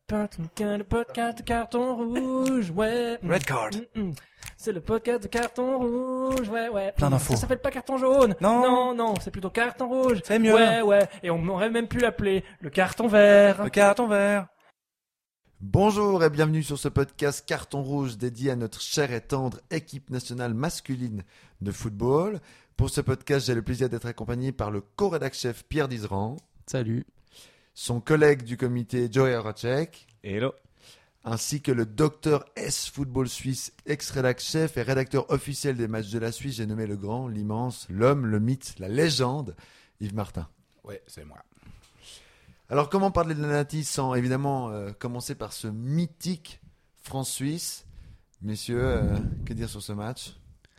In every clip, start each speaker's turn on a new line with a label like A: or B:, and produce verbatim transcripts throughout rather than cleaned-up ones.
A: Le podcast de carton rouge, ouais.
B: Red card.
A: Mm-mm. C'est le podcast de carton rouge, ouais, ouais.
B: Plein d'infos.
A: Ça s'appelle pas carton jaune.
B: Non.
A: Non, non, c'est plutôt carton rouge.
B: C'est mieux.
A: Ouais, ouais. Et on aurait même pu l'appeler le carton vert.
B: Le carton vert.
C: Bonjour et bienvenue sur ce podcast Carton Rouge dédié à notre chère et tendre équipe nationale masculine de football. Pour ce podcast, j'ai le plaisir d'être accompagné par le co-rédac-chef Pierre Dizeran.
D: Salut.
C: Son collègue du comité Joey Horacek.
B: Hello.
C: Ainsi que le docteur S Football Suisse, ex-rédac-chef et rédacteur officiel des matchs de la Suisse. J'ai nommé le grand, l'immense, l'homme, le mythe, la légende, Yves Martin.
E: Ouais, c'est moi.
C: Alors, comment parler de la Nati sans évidemment euh, commencer par ce mythique France-Suisse. Messieurs, euh, que dire sur ce match ?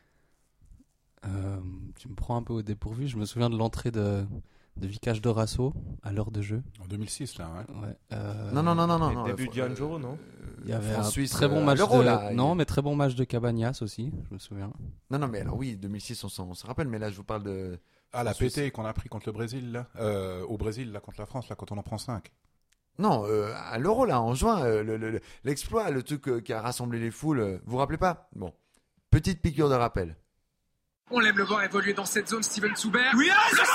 D: Euh, tu me prends un peu au dépourvu. Je me souviens de l'entrée de, de Vikash Dorasso à l'heure de jeu.
E: En deux mille six, là, ouais.
D: Ouais, euh,
C: Non, non, non, non, non.
B: Et
C: non
B: début
C: euh,
B: de Gianjo, non
D: Il y avait
C: France-Suisse,
D: un très bon
C: euh,
D: match
C: l'Euro,
D: de...
C: là.
D: Non, mais très bon match de Cabagnas aussi, je me souviens.
C: Non, non, mais alors oui, deux mille six, on, s'en- on se rappelle, mais là, je vous parle de...
E: Ah, la
C: Suisse.
E: P T qu'on a pris contre le Brésil, là. Euh, au Brésil, là, contre la France, là, quand on en prend cinq.
C: Non, euh, à l'Euro, là, en juin, euh, le- le- le- l'exploit, le truc euh, qui a rassemblé les foules, euh, vous vous rappelez pas ? Bon, petite piqûre de rappel.
F: On aime le voir évoluer dans cette zone, Steven Soubert. Oui,
G: ah,
F: je sais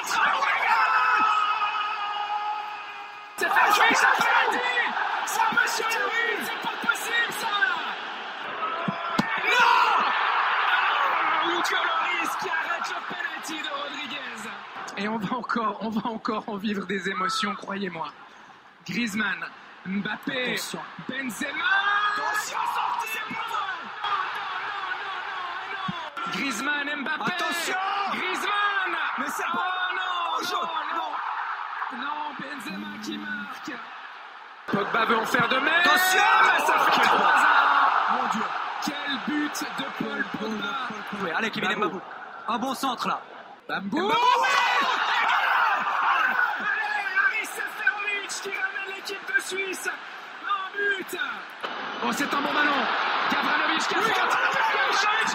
F: C'est fait jouer, ça fait Ça, monsieur Louis, c'est pas possible, ça Non Lucho Loris qui arrête le penalty de Rodriguez. Et on va encore, on va encore en vivre des émotions, croyez-moi. Griezmann, Mbappé, Attention. Benzema Attention, sortie c'est pas vrai. Griezmann, Mbappé
G: Attention
F: Griezmann
G: Mais c'est
F: Oh
G: pas-
F: non,
G: Oh,
F: non, non Non, Benzema qui marque Pogba veut en faire de même
G: Attention
F: Mais ça fait trois un
G: Mon Dieu.
F: Quel but de Paul Pogba
G: Oui, allez, Kevin
F: Bravo.
G: Mbabou. Un bon centre, là.
F: Bambou
G: Mbabou,
F: Allez, Haris Seferovic qui ramène l'équipe de Suisse en but. Oh, c'est un bon ballon. Gavranovic qui a fait Gavranovic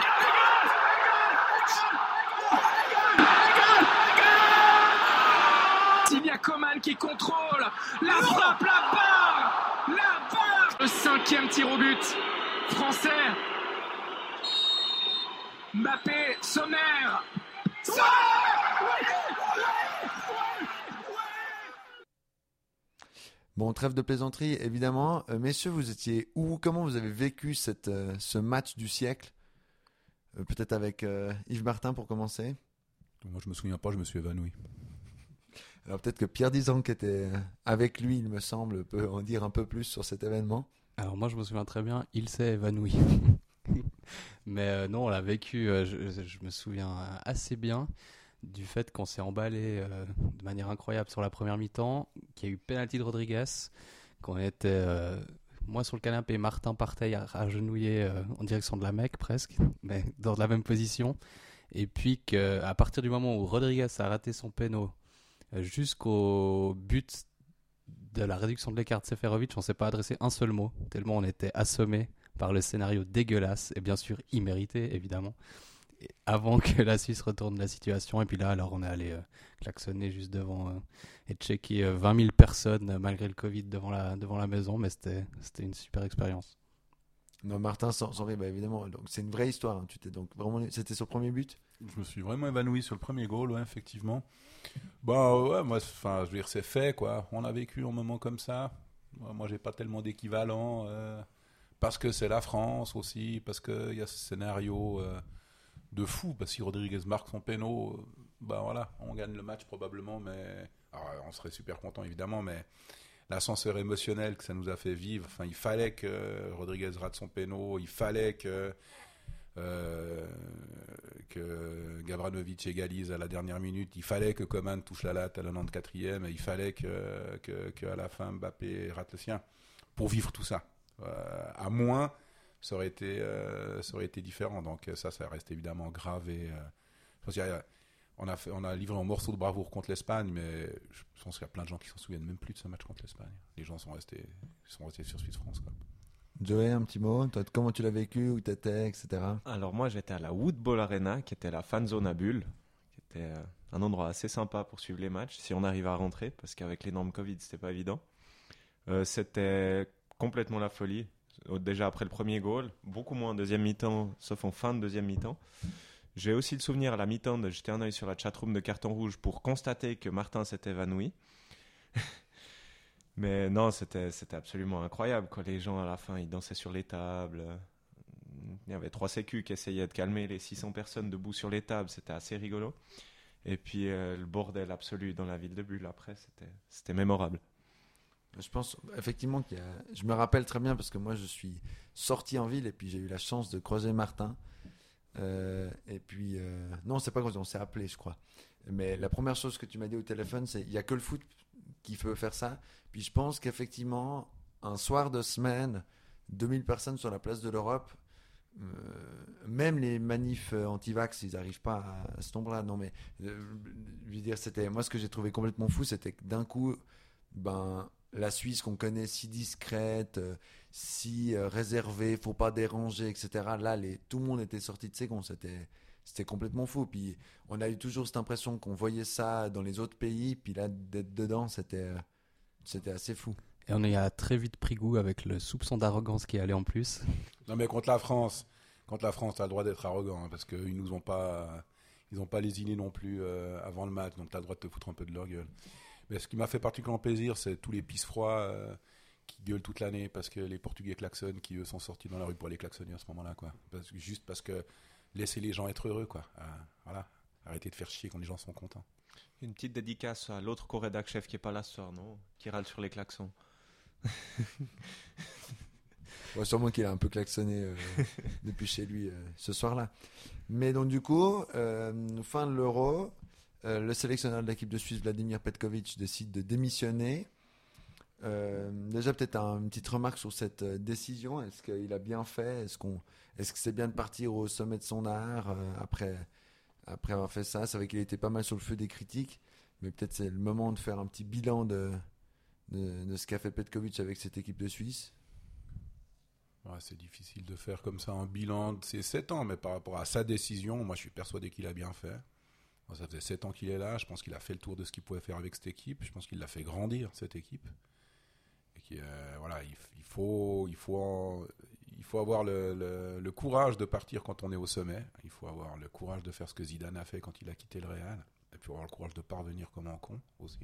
F: Sylvia Coman qui contrôle. La frappe, la barre, la barre. Le cinquième tir au but français. Mbappé, Sommer.
C: Bon, trêve de plaisanterie, évidemment. Euh, messieurs, vous étiez où ? Comment vous avez vécu cette, euh, ce match du siècle ? Euh, Peut-être avec euh, Yves Martin pour commencer.
E: Moi, je me souviens pas, je me suis évanoui.
C: Alors peut-être que Pierre Dizeran, qui était euh, avec lui, il me semble, peut en dire un peu plus sur cet événement.
D: Alors moi, je me souviens très bien, il s'est évanoui. Mais euh, non, on l'a vécu, euh, je, je- je me souviens euh, assez bien du fait qu'on s'est emballé euh, de manière incroyable sur la première mi-temps, qu'il y a eu penalty de Rodriguez, qu'on était, euh, moi sur le canapé, Martin partait agenouillé euh, en direction de la Mecque presque, mais dans la même position. Et puis qu'à partir du moment où Rodriguez a raté son péno euh, jusqu'au but de la réduction de l'écart de Seferovic, on ne s'est pas adressé un seul mot, tellement on était assommé par le scénario dégueulasse, et bien sûr immérité évidemment, et avant que la Suisse retourne la situation. Et puis là, alors on est allé euh, klaxonner juste devant euh, et checker euh, vingt mille personnes euh, malgré le Covid devant la, devant la maison, mais c'était, c'était une super expérience.
C: Non, Martin, sans, sans rire, bah, évidemment. Donc, c'est une vraie histoire. Hein. Tu t'es donc vraiment... C'était son premier but ?
E: Je me suis vraiment évanoui sur le premier goal, ouais, effectivement. Bah ouais, moi, enfin, je veux dire, c'est fait, quoi. On a vécu un moment comme ça. Moi, moi, j'ai pas tellement d'équivalent. euh, parce que c'est la France aussi, parce qu'il y a ce scénario euh, de fou. Parce que si Rodriguez marque son péno, euh, bah voilà, on gagne le match probablement, mais alors, on serait super content évidemment, mais l'ascenseur émotionnel que ça nous a fait vivre, enfin, il fallait que Rodriguez rate son péno, il fallait que euh, que Gavranovic égalise à la dernière minute, il fallait que Coman touche la latte à la quatre-vingt-quatrième, et il fallait que, que, que à la fin Mbappé rate le sien pour vivre tout ça. Euh, à moins, ça aurait été, euh, ça aurait été différent. Donc ça, ça reste évidemment grave. Et, euh, je pense qu'il y a- on, a fait, on a livré un morceau de bravoure contre l'Espagne, mais je pense qu'il y a plein de gens qui s'en souviennent même plus de ce match contre l'Espagne. Les gens sont restés, sont restés sur Suisse-France, quoi.
C: Joey, un petit mot. Toi, comment tu l'as vécu, où t'étais, et cetera.
B: Alors moi j'étais à la Woodball Arena, qui était la fan zone à Bulle, qui était euh, un endroit assez sympa pour suivre les matchs, si on arrive à rentrer, parce qu'avec les normes Covid c'était pas évident. Euh, c'était complètement la folie. Euh, Déjà après le premier goal, beaucoup moins en deuxième mi-temps, sauf en fin de deuxième mi-temps. J'ai aussi le souvenir à la mi-temps de jeter un œil sur la chatroom de Carton Rouge pour constater que Martin s'était évanoui. Mais non, c'était, c'était absolument incroyable. Quoi. Les gens, à la fin, ils dansaient sur les tables. Il y avait trois sécus qui essayaient de calmer les six cents personnes debout sur les tables. C'était assez rigolo. Et puis, euh, le bordel absolu dans la ville de Bulle, après, c'était, c'était mémorable.
C: Je pense effectivement qu'il y a... Je me rappelle très bien parce que moi, je suis sorti en ville et puis j'ai eu la chance de croiser Martin. Euh, et puis... Euh... Non, c'est pas quand on s'est appelé, je crois. Mais la première chose que tu m'as dit au téléphone, c'est il n'y a que le foot qui peut faire ça. Puis je pense qu'effectivement, un soir de semaine, deux mille personnes sur la place de l'Europe, euh, même les manifs anti-vax, ils n'arrivent pas à, à ce nombre-là. Non, mais euh, je veux dire, c'était, moi, ce que j'ai trouvé complètement fou, c'était que d'un coup, ben, la Suisse qu'on connaît si discrète, euh, si euh, réservée, faut pas déranger, et cetera. Là, les, tout le monde était sorti de ses gonds. C'était, c'était complètement fou. Puis on a eu toujours cette impression qu'on voyait ça dans les autres pays. Puis là, d'être dedans, c'était, c'était assez fou.
D: Et on y a très vite pris goût avec le soupçon d'arrogance qui allait en plus.
E: Non, mais contre la France, contre la France, t'as le droit d'être arrogant hein, parce qu'ils nous ont pas, ils ont pas lésiné non plus euh, avant le match, donc t'as le droit de te foutre un peu de leur gueule. Mais ce qui m'a fait particulièrement plaisir, c'est tous les pisse-froids euh, qui gueulent toute l'année parce que les Portugais klaxonnent, qui eux sont sortis dans la rue pour aller klaxonner à ce moment-là, quoi. Parce que, juste parce que laissez les gens être heureux, quoi. Euh, voilà, arrêtez de faire chier quand les gens sont contents.
B: Une petite dédicace à l'autre co-rédac chef qui est pas là ce soir, non ? Qui râle sur les klaxons.
C: Ouais, sûrement qu'il a un peu klaxonné euh, depuis chez lui euh, ce soir-là. Mais donc du coup, euh, fin de l'Euro, euh, le sélectionneur de l'équipe de Suisse, Vladimir Petkovic, décide de démissionner. Euh, déjà peut-être un, une petite remarque sur cette euh, décision. Est-ce qu'il a bien fait ? Est-ce qu'on, est-ce que c'est bien de partir au sommet de son art euh, après, après avoir fait ça ? C'est vrai qu'il était pas mal sur le feu des critiques, mais peut-être c'est le moment de faire un petit bilan de, de, de ce qu'a fait Petkovic avec cette équipe de Suisse.
E: Ouais, c'est difficile de faire comme ça un bilan de ces sept ans, mais par rapport à sa décision, moi je suis persuadé qu'il a bien fait. Moi, ça faisait sept ans qu'il est là, je pense qu'il a fait le tour de ce qu'il pouvait faire avec cette équipe, je pense qu'il l'a fait grandir, cette équipe. Et qui, euh, voilà, il, il, faut, il, faut en, il faut avoir le, le, le courage de partir quand on est au sommet, il faut avoir le courage de faire ce que Zidane a fait quand il a quitté le Real, et puis avoir le courage de parvenir comme un con aussi.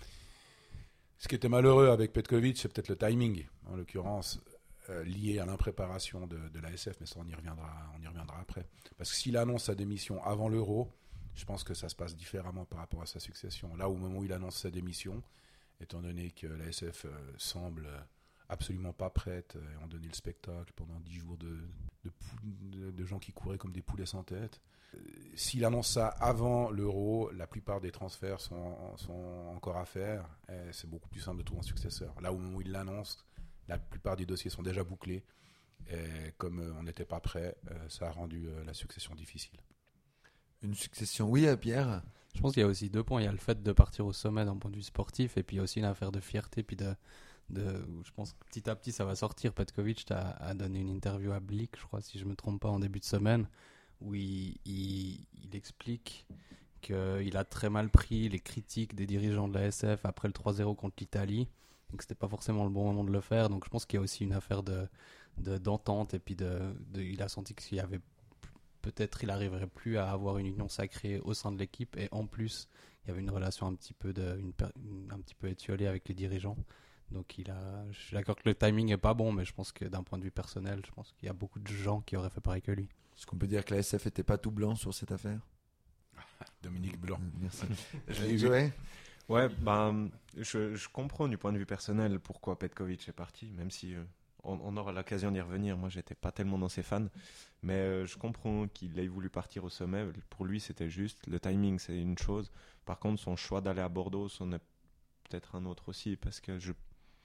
E: Ce qui était malheureux avec Petkovic, c'est peut-être le timing, en l'occurrence. Euh, lié à l'impréparation de, de l'A S F, mais ça on y reviendra, on y reviendra après. Parce que s'il annonce sa démission avant l'Euro, je pense que ça se passe différemment par rapport à sa succession. Là, au moment où il annonce sa démission, étant donné que l'A S F euh, semble absolument pas prête, euh, et ont donné le spectacle pendant dix jours de, de, pou- de, de gens qui couraient comme des poulets sans tête. Euh, s'il annonce ça avant l'Euro, la plupart des transferts sont, sont encore à faire, et c'est beaucoup plus simple de trouver un successeur. Là, au moment où il l'annonce, la plupart des dossiers sont déjà bouclés. Et comme euh, on n'était pas prêt, euh, ça a rendu euh, la succession difficile.
C: Une succession, oui, à Pierre.
D: Je pense qu'il y a aussi deux points. Il y a le fait de partir au sommet d'un point de vue sportif, et puis il y a aussi une affaire de fierté. Puis de, de, je pense que petit à petit, ça va sortir. Petkovic a, a donné une interview à Blick, je crois, si je ne me trompe pas, en début de semaine, où il, il, il explique qu'il a très mal pris les critiques des dirigeants de la S F après le trois zéro contre l'Italie. Donc c'était pas forcément le bon moment de le faire. Donc je pense qu'il y a aussi une affaire de, de d'entente, et puis de, de, il a senti qu'il y avait peut-être il arriverait plus à avoir une union sacrée au sein de l'équipe, et en plus il y avait une relation un petit peu de une, une, un petit peu étiolée avec les dirigeants. Donc il a, je suis d'accord que le timing est pas bon, mais je pense que d'un point de vue personnel, je pense qu'il y a beaucoup de gens qui auraient fait pareil que lui.
C: Est-ce qu'on peut dire que la S F était pas tout blanc sur cette affaire ?
E: Dominique Blanc.
C: Euh, Merci.
B: Je l'ai vu.
C: Joël ?
B: Ouais, ben, je, je comprends du point de vue personnel pourquoi Petkovic est parti, même si euh, on, on aura l'occasion d'y revenir. Moi, j'étais pas tellement dans ses fans, mais euh, je comprends qu'il ait voulu partir au sommet. Pour lui, c'était juste. Le timing, c'est une chose. Par contre, son choix d'aller à Bordeaux, c'en est peut-être un autre aussi, parce que je,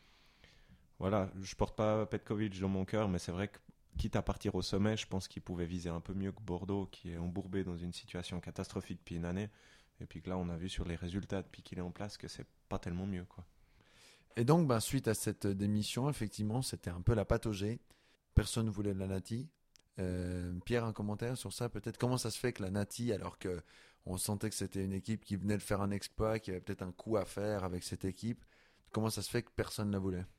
B: voilà, je porte pas Petkovic dans mon cœur, mais c'est vrai que quitte à partir au sommet, je pense qu'il pouvait viser un peu mieux que Bordeaux, qui est embourbé dans une situation catastrophique depuis une année. Et puis que là, on a vu sur les résultats depuis qu'il est en place que c'est pas tellement mieux, quoi.
C: Et donc, ben, suite à cette démission, effectivement, c'était un peu la pataugée. Personne ne voulait de la Nati. Euh, Pierre, un commentaire sur ça, peut-être. Comment ça se fait que la Nati, alors que on sentait que c'était une équipe qui venait de faire un exploit, qu'il y avait peut-être un coup à faire avec cette équipe, comment ça se fait que personne ne la voulait ?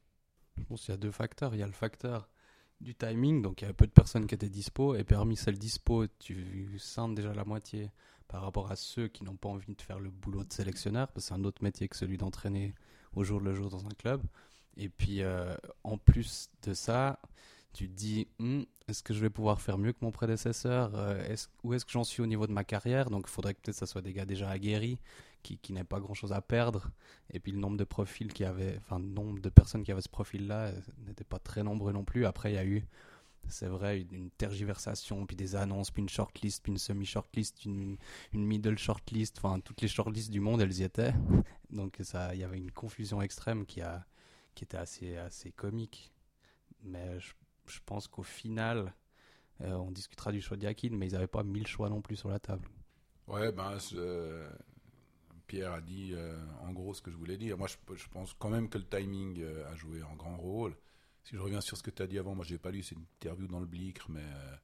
D: Je pense qu'il y a deux facteurs. Il y a le facteur du timing, donc il y avait peu de personnes qui étaient dispo, et parmi celles dispo, tu scindes déjà la moitié par rapport à ceux qui n'ont pas envie de faire le boulot de sélectionneur, parce que c'est un autre métier que celui d'entraîner au jour le jour dans un club. Et puis, euh, en plus de ça, tu te dis, hm, est-ce que je vais pouvoir faire mieux que mon prédécesseur euh, est-ce, Où est-ce que j'en suis au niveau de ma carrière? Donc, il faudrait que peut-être ça soit des gars déjà aguerris, qui, qui n'aient pas grand-chose à perdre. Et puis, le nombre de profils qui avaient, enfin, le nombre de personnes qui avaient ce profil-là euh, n'était pas très nombreux non plus. Après, il y a eu, c'est vrai, une, une tergiversation, puis des annonces, puis une shortlist, puis une semi-shortlist, une, une middle shortlist. Enfin, toutes les shortlists du monde, elles y étaient. Donc, ça, il y avait une confusion extrême qui, a, qui était assez, assez comique. Mais je Je pense qu'au final, euh, on discutera du choix de Yakin, mais ils n'avaient pas mille choix non plus sur la table.
E: Ouais, ben, euh, Pierre a dit euh, en gros ce que je voulais dire. Moi, je, je pense quand même que le timing euh, a joué un grand rôle. Si je reviens sur ce que tu as dit avant, moi, je n'ai pas lu cette interview dans le Blick, mais euh,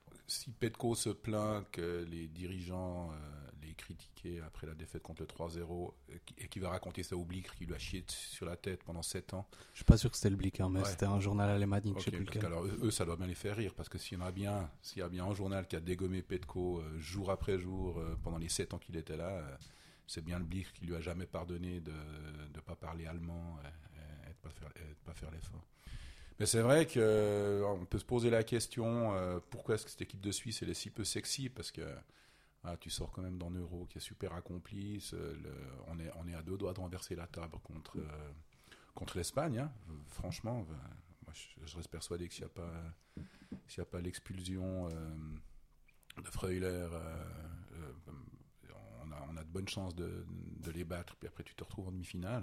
E: si Petko se plaint que les dirigeants euh, les critiquaient après la défaite contre le trois zéro et qu'il va raconter ça au Blick, qui lui a chié sur la tête pendant sept ans.
D: Je ne suis pas sûr que c'était le Blick, hein, mais
E: Ouais.
D: c'était un journal alémanique,
E: Okay,
D: je sais plus
E: parce
D: lequel.
E: alors, eux, ça doit bien les faire rire, parce que s'il y en a bien, s'il y a bien un journal qui a dégommé Petko euh, jour après jour euh, pendant les sept ans qu'il était là, euh, c'est bien le Blick qui lui a jamais pardonné de ne pas parler allemand et, et de pas faire, et de pas faire l'effort. Mais c'est vrai qu'on euh, peut se poser la question euh, pourquoi est-ce que cette équipe de Suisse elle est si peu sexy, parce que ah, tu sors quand même d'un Euro qui est super accompli, le, on, est, on est à deux doigts de renverser la table contre, euh, contre l'Espagne, hein. Franchement, euh, moi je, je reste persuadé que s'il n'y a pas, s'il y a pas l'expulsion euh, de Freuler, euh, euh, on, a, on a de bonnes chances de, de les battre, puis après tu te retrouves en demi-finale.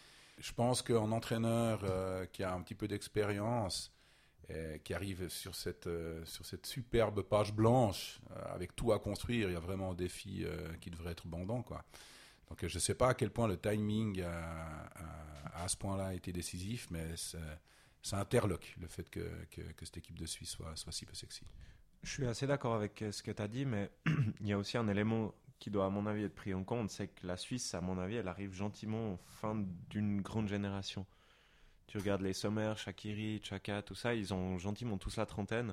E: Je pense qu'un entraîneur euh, qui a un petit peu d'expérience, euh, qui arrive sur cette, euh, sur cette superbe page blanche, euh, avec tout à construire, il y a vraiment un défi euh, qui devrait être bandant, quoi. Donc je ne sais pas à quel point le timing a, a, à ce point-là a été décisif, mais ça interloque le fait que, que, que cette équipe de Suisse soit, soit si peu sexy.
B: Je suis assez d'accord avec ce que tu as dit, mais il y a aussi un élément qui doit, à mon avis, être pris en compte, c'est que la Suisse, à mon avis, elle arrive gentiment en fin d'une grande génération. Tu regardes les Sommer, Shaqiri, Chaka, tout ça, ils ont gentiment tous la trentaine.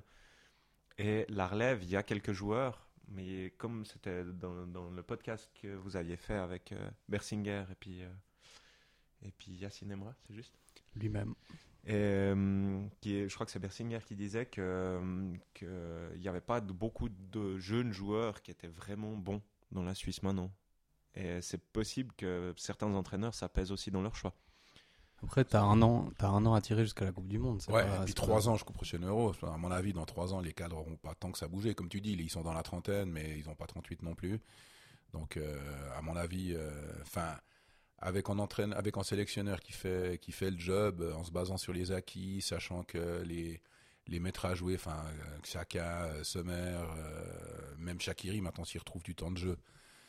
B: Et la relève, il y a quelques joueurs, mais comme c'était dans, dans le podcast que vous aviez fait avec euh, Bersinger et puis, euh, et puis Yacine Emra, c'est juste
D: Lui-même.
B: Et euh, qui est, je crois que c'est Bersinger qui disait qu'il n'y avait pas de, beaucoup de jeunes joueurs qui étaient vraiment bons dans la Suisse maintenant. Et c'est possible que certains entraîneurs, ça pèse aussi dans leur choix.
D: Après, tu as un an, t'as un an à tirer jusqu'à la Coupe du Monde. C'est
E: ouais,
D: pas,
E: et puis trois pas... ans jusqu'au prochain Euro. À mon avis, dans trois ans, les cadres n'auront pas tant que ça bougé. Comme tu dis, ils sont dans la trentaine, mais ils n'ont pas trente-huit non plus. Donc, euh, à mon avis, enfin... Euh, Avec un, entraîne, avec un sélectionneur qui fait, qui fait le job en se basant sur les acquis, sachant que les, les mettre à jouer, enfin, Xhaka, Sommer, euh, même Shaqiri, maintenant s'il retrouve du temps de jeu.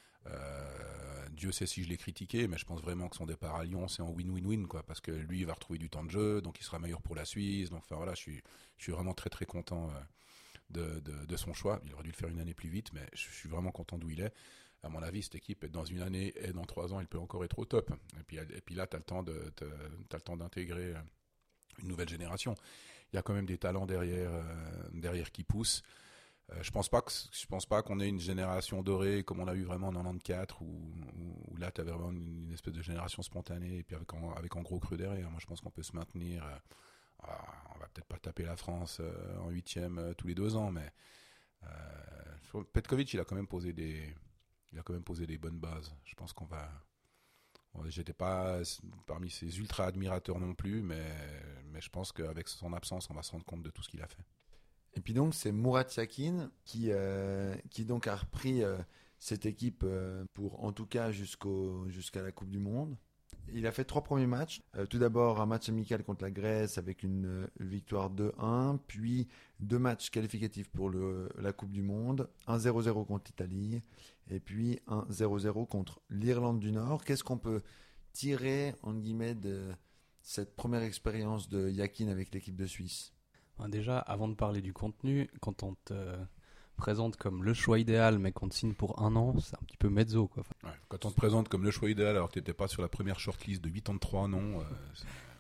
E: Euh, Dieu sait si je l'ai critiqué, mais je pense vraiment que son départ à Lyon, c'est en win-win-win, quoi, parce que lui, il va retrouver du temps de jeu, donc il sera meilleur pour la Suisse. Donc, enfin, voilà, je suis, je suis vraiment très, très content de, de, de son choix. Il aurait dû le faire une année plus vite, mais je suis vraiment content d'où il est. À mon avis, cette équipe, dans une année et dans trois ans, elle peut encore être au top. Et puis, et puis là, tu as le temps de, t'as le temps d'intégrer une nouvelle génération. Il y a quand même des talents derrière, euh, derrière qui poussent. Euh, je pense pas que, je pense pas qu'on ait une génération dorée comme on a eu vraiment en quatre-vingt-quatorze, où, où, où là, tu avais vraiment une, une espèce de génération spontanée et puis avec un, avec un gros creux derrière. Moi, je pense qu'on peut se maintenir. Euh, on va peut-être pas taper la France euh, en huitième euh, tous les deux ans, mais euh, Petkovic, il a quand même posé des... Il a quand même posé des bonnes bases. Je pense qu'on va... J'étais pas parmi ses ultra admirateurs non plus, mais, mais je pense qu'avec son absence, on va se rendre compte de tout ce qu'il a fait.
C: Et puis donc, c'est Murat Yakin qui, euh, qui donc a repris euh, cette équipe euh, pour, en tout cas, jusqu'au, jusqu'à la Coupe du Monde. Il a fait trois premiers matchs. Euh, tout d'abord, un match amical contre la Grèce avec une euh, victoire deux un. Puis deux matchs qualificatifs pour le, la Coupe du Monde. un zéro zéro contre l'Italie. Et puis un zéro zéro contre l'Irlande du Nord. Qu'est-ce qu'on peut tirer, entre guillemets, de cette première expérience de Yakin avec l'équipe de Suisse ?
D: Déjà, avant de parler du contenu, quand on te présente comme le choix idéal, mais qu'on te signe pour un an, c'est un petit peu mezzo, quoi.
E: Ouais, quand on te présente comme le choix idéal alors que tu n'étais pas sur la première shortlist de huit ans de trois noms, euh,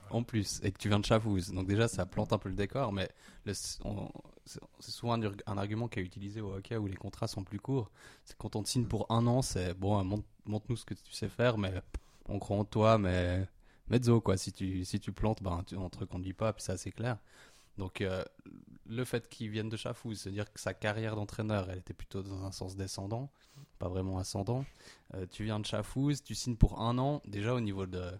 D: en plus, et que tu viens de Chafouz. Donc déjà, ça plante un peu le décor, mais le, on, c'est, c'est souvent un, un argument qui est utilisé au hockey où les contrats sont plus courts. C'est quand on te signe pour un an, c'est bon, montre, montre-nous ce que tu sais faire, mais on croit en toi, mais mezzo, quoi. Si tu, si tu plantes, ben, tu, on te reconduit pas, puis c'est assez clair. Donc euh, le fait qu'il vienne de Chafouz, c'est-à-dire que sa carrière d'entraîneur, elle était plutôt dans un sens descendant, pas vraiment ascendant. Euh, tu viens de Chafouz, tu signes pour un an, déjà au niveau de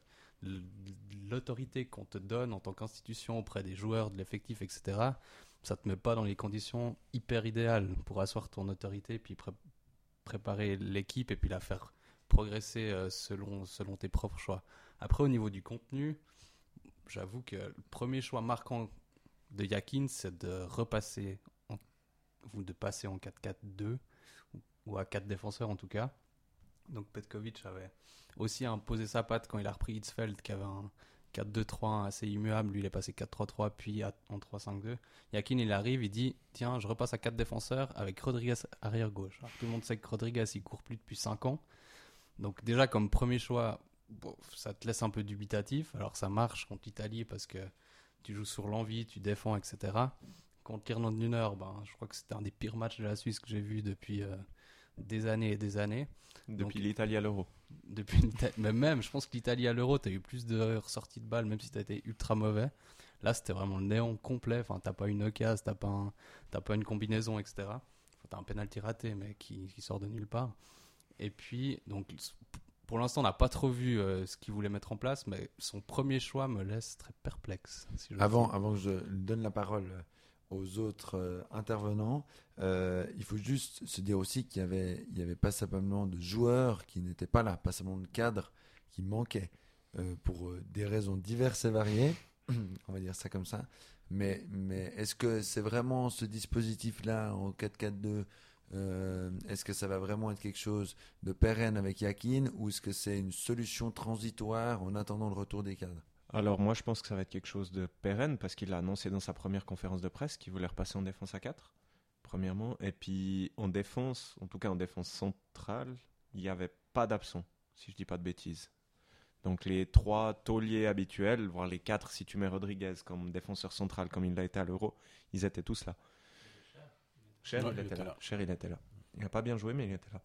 D: l'autorité qu'on te donne en tant qu'institution auprès des joueurs, de l'effectif, et cetera, ça te met pas dans les conditions hyper idéales pour asseoir ton autorité, puis pré- préparer l'équipe et puis la faire progresser euh, selon, selon tes propres choix. Après, au niveau du contenu, j'avoue que le premier choix marquant de Yakin, c'est de repasser en, ou de passer en quatre quatre deux ou à quatre défenseurs en tout cas. Donc Petkovic avait aussi imposé sa patte quand il a repris Hitzfeld qui avait un quatre deux trois assez immuable. Lui il est passé quatre trois trois puis en trois cinq deux. Yakin il arrive, il dit tiens je repasse à quatre défenseurs avec Rodriguez arrière gauche. Alors, tout le monde sait que Rodriguez il court plus depuis cinq ans. Donc déjà comme premier choix, bon, ça te laisse un peu dubitatif. Alors ça marche contre l'Italie parce que tu joues sur l'envie, tu défends, et cetera. Contre l'Irlande du Nord, ben, je crois que c'était un des pires matchs de la Suisse que j'ai vu depuis euh, des années et des années.
B: Depuis
D: Donc,
B: l'Italie à l'Euro.
D: Depuis mais même, je pense que l'Italie à l'Euro, tu as eu plus de ressorties de balles, même si tu as été ultra mauvais. Là, c'était vraiment le néant complet. Enfin, tu n'as pas une occasion, tu n'as pas, un, t'as pas une combinaison, et cetera. Enfin, tu as un penalty raté, mais qui, qui sort de nulle part. Et puis, donc, pour l'instant, on n'a pas trop vu euh, ce qu'il voulait mettre en place, mais son premier choix me laisse très perplexe. Si je
C: Avant, avant que je donne la parole aux autres euh, intervenants, euh, il faut juste se dire aussi qu'il y avait, il y avait pas simplement de joueurs qui n'étaient pas là, pas simplement de cadres qui manquaient euh, pour euh, des raisons diverses et variées, on va dire ça comme ça. Mais, mais est-ce que c'est vraiment ce dispositif-là en quatre quatre deux? Euh, est-ce que ça va vraiment être quelque chose de pérenne avec Yakin ou est-ce que c'est une solution transitoire en attendant le retour des cadres?
B: Alors moi je pense que ça va être quelque chose de pérenne parce qu'il a annoncé dans sa première conférence de presse qu'il voulait repasser en défense à quatre, premièrement. Et puis en défense, en tout cas en défense centrale, il n'y avait pas d'absent, si je dis pas de bêtises. Donc les trois tauliers habituels, voire les quatre si tu mets Rodriguez comme défenseur central comme il l'a été à l'Euro, ils étaient tous là. Cher,
E: Ouais,
B: il,
E: il
B: était
E: était
B: là.
E: là.
B: Cher, il était là. Il n'a pas bien joué, mais il était là.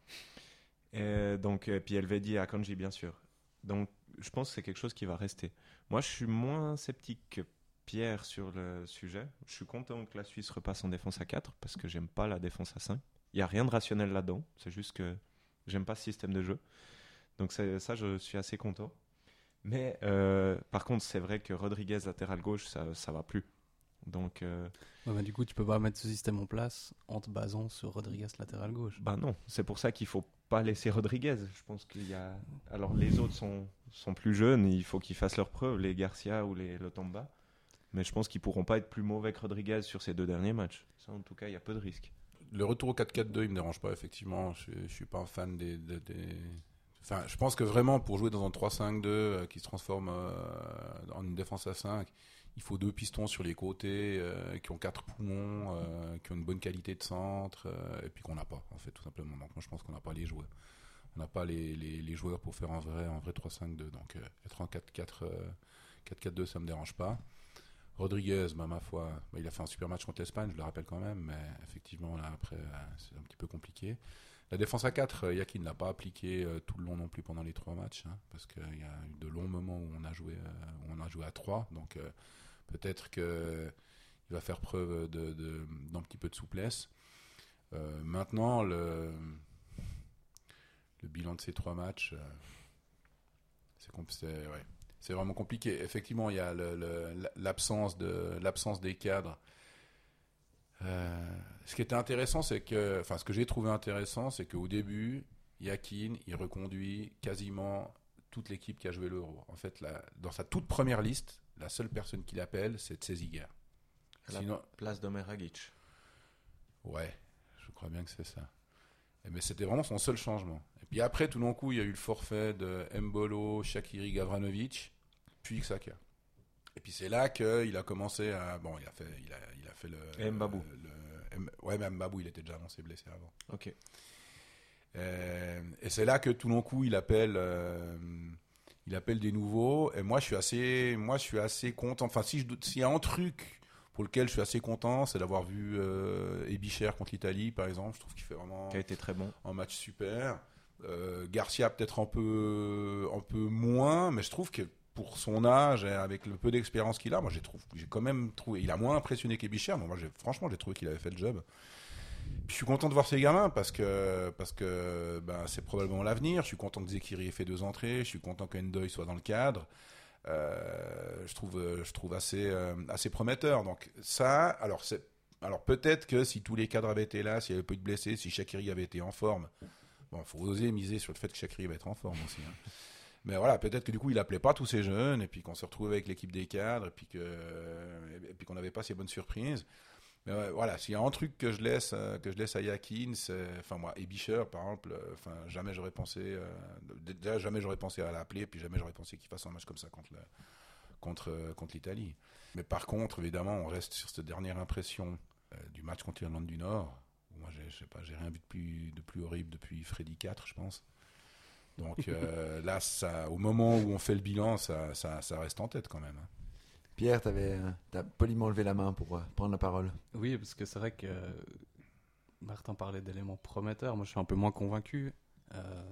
B: Et donc, et puis Elvedi et Akanji, bien sûr. Donc, je pense que c'est quelque chose qui va rester. Moi, je suis moins sceptique que Pierre sur le sujet. Je suis content que la Suisse repasse en défense à quatre parce que j'aime pas la défense à cinq. Il n'y a rien de rationnel là-dedans. C'est juste que j'aime pas ce système de jeu. Donc, c'est, ça, je suis assez content. Mais, euh, par contre, c'est vrai que Rodriguez latéral gauche, ça ne va plus. Donc, euh...
D: ouais, bah, du coup, tu peux pas mettre ce système en place en te basant sur Rodriguez latéral gauche.
B: bah non, c'est pour ça qu'il faut pas laisser Rodriguez. Je pense qu'il y a. Alors les autres sont sont plus jeunes, il faut qu'ils fassent leurs preuves, les Garcia ou les Lotamba. Mais je pense qu'ils pourront pas être plus mauvais que Rodriguez sur ces deux derniers matchs. Ça, en tout cas, il y a peu de risques.
E: Le retour au quatre quatre deux, il me dérange pas, effectivement. Je, je suis pas un fan des, des, des... Enfin, je pense que vraiment, pour jouer dans un trois cinq deux euh, qui se transforme euh, en une défense à cinq, il faut deux pistons sur les côtés euh, qui ont quatre poumons, euh, qui ont une bonne qualité de centre, euh, et puis qu'on n'a pas, en fait, tout simplement. Donc, moi, je pense qu'on n'a pas les joueurs. On n'a pas les, les, les joueurs pour faire un vrai, un vrai trois cinq deux. Donc, euh, être en quatre quatre deux, ça me dérange pas. Rodriguez, bah, ma foi, bah, il a fait un super match contre l'Espagne, je le rappelle quand même, mais effectivement, là, après, euh, c'est un petit peu compliqué. La défense à quatre, euh, Yakin ne l'a pas appliqué euh, tout le long non plus pendant les trois matchs, hein, parce qu'il y a eu de longs moments où on a joué, euh, où on a joué à trois, donc euh, peut-être qu'il va faire preuve de, de, d'un petit peu de souplesse. Euh, maintenant, le, le bilan de ces trois matchs, euh, c'est, c'est, ouais, c'est vraiment compliqué. Effectivement, il y a le, le, l'absence, de, l'absence des cadres. Euh, ce qui était intéressant, c'est que, enfin, ce que j'ai trouvé intéressant, c'est qu'au début, Yakin, il reconduit quasiment toute l'équipe qui a joué l'Euro. En fait, la, dans sa toute première liste, la seule personne qu'il appelle, c'est Tseziger.
B: À Sinon, la place d'Omer Hagic.
E: Ouais, je crois bien que c'est ça. Mais c'était vraiment son seul changement. Et puis après, tout d'un coup, il y a eu le forfait de Mbolo, Shaqiri, Gavranovic, puis Xhaka. Et puis c'est là qu'il a commencé à... Bon, il a fait, il a, il a fait le...
B: Et Mbabou.
E: Le, le, ouais, mais Mbabou, il était déjà annoncé blessé avant.
B: Ok.
E: Euh, et c'est là que tout d'un coup, il appelle... Euh, il appelle des nouveaux. Et moi, je suis assez, moi, je suis assez content. Enfin, si je, s'il y a un truc pour lequel je suis assez content, c'est d'avoir vu euh, Ebicher contre l'Italie, par exemple. Je trouve qu'il fait vraiment
B: Qui a été très bon.
E: un match super. Euh, Garcia peut-être un peu, un peu moins, mais je trouve que pour son âge et avec le peu d'expérience qu'il a, moi j'ai trouvé, j'ai quand même trouvé, il a moins impressionné qu'Ebicher, mais moi j'ai, franchement j'ai trouvé qu'il avait fait le job. Puis je suis content de voir ces gamins parce que parce que ben, c'est probablement l'avenir. Je suis content que Zekiri ait fait deux entrées, je suis content que Ndoye soit dans le cadre. Euh, je trouve je trouve assez euh, assez prometteur. Donc ça, alors c'est alors peut-être que si tous les cadres avaient été là, s'il y avait pas eu de blessés, si Shaqiri avait été en forme. Bon, il faut oser miser sur le fait que Shaqiri va être en forme aussi. Hein. Mais voilà, peut-être que du coup, il appelait pas tous ces jeunes, et puis qu'on se retrouvait avec l'équipe des cadres, et puis, que, et puis qu'on n'avait pas ces bonnes surprises. Mais ouais, voilà, s'il y a un truc que je laisse, euh, que je laisse à Yakin, c'est, enfin moi, Ebicher, par exemple, euh, enfin jamais j'aurais pensé, euh, déjà jamais j'aurais pensé à l'appeler, puis jamais j'aurais pensé qu'il fasse un match comme ça contre, le, contre, euh, contre l'Italie. Mais par contre, évidemment, on reste sur cette dernière impression euh, du match contre l'Irlande du Nord. Moi, j'ai, je sais pas, j'ai rien vu de plus, de plus horrible depuis Freddy quatre, je pense. Donc euh, là, ça, au moment où on fait le bilan, ça, ça, ça reste en tête quand même.
C: Pierre, tu as poliment levé la main pour euh, prendre la parole.
D: Oui, parce que c'est vrai que euh, Martin parlait d'éléments prometteurs. Moi, je suis un peu moins convaincu. Euh,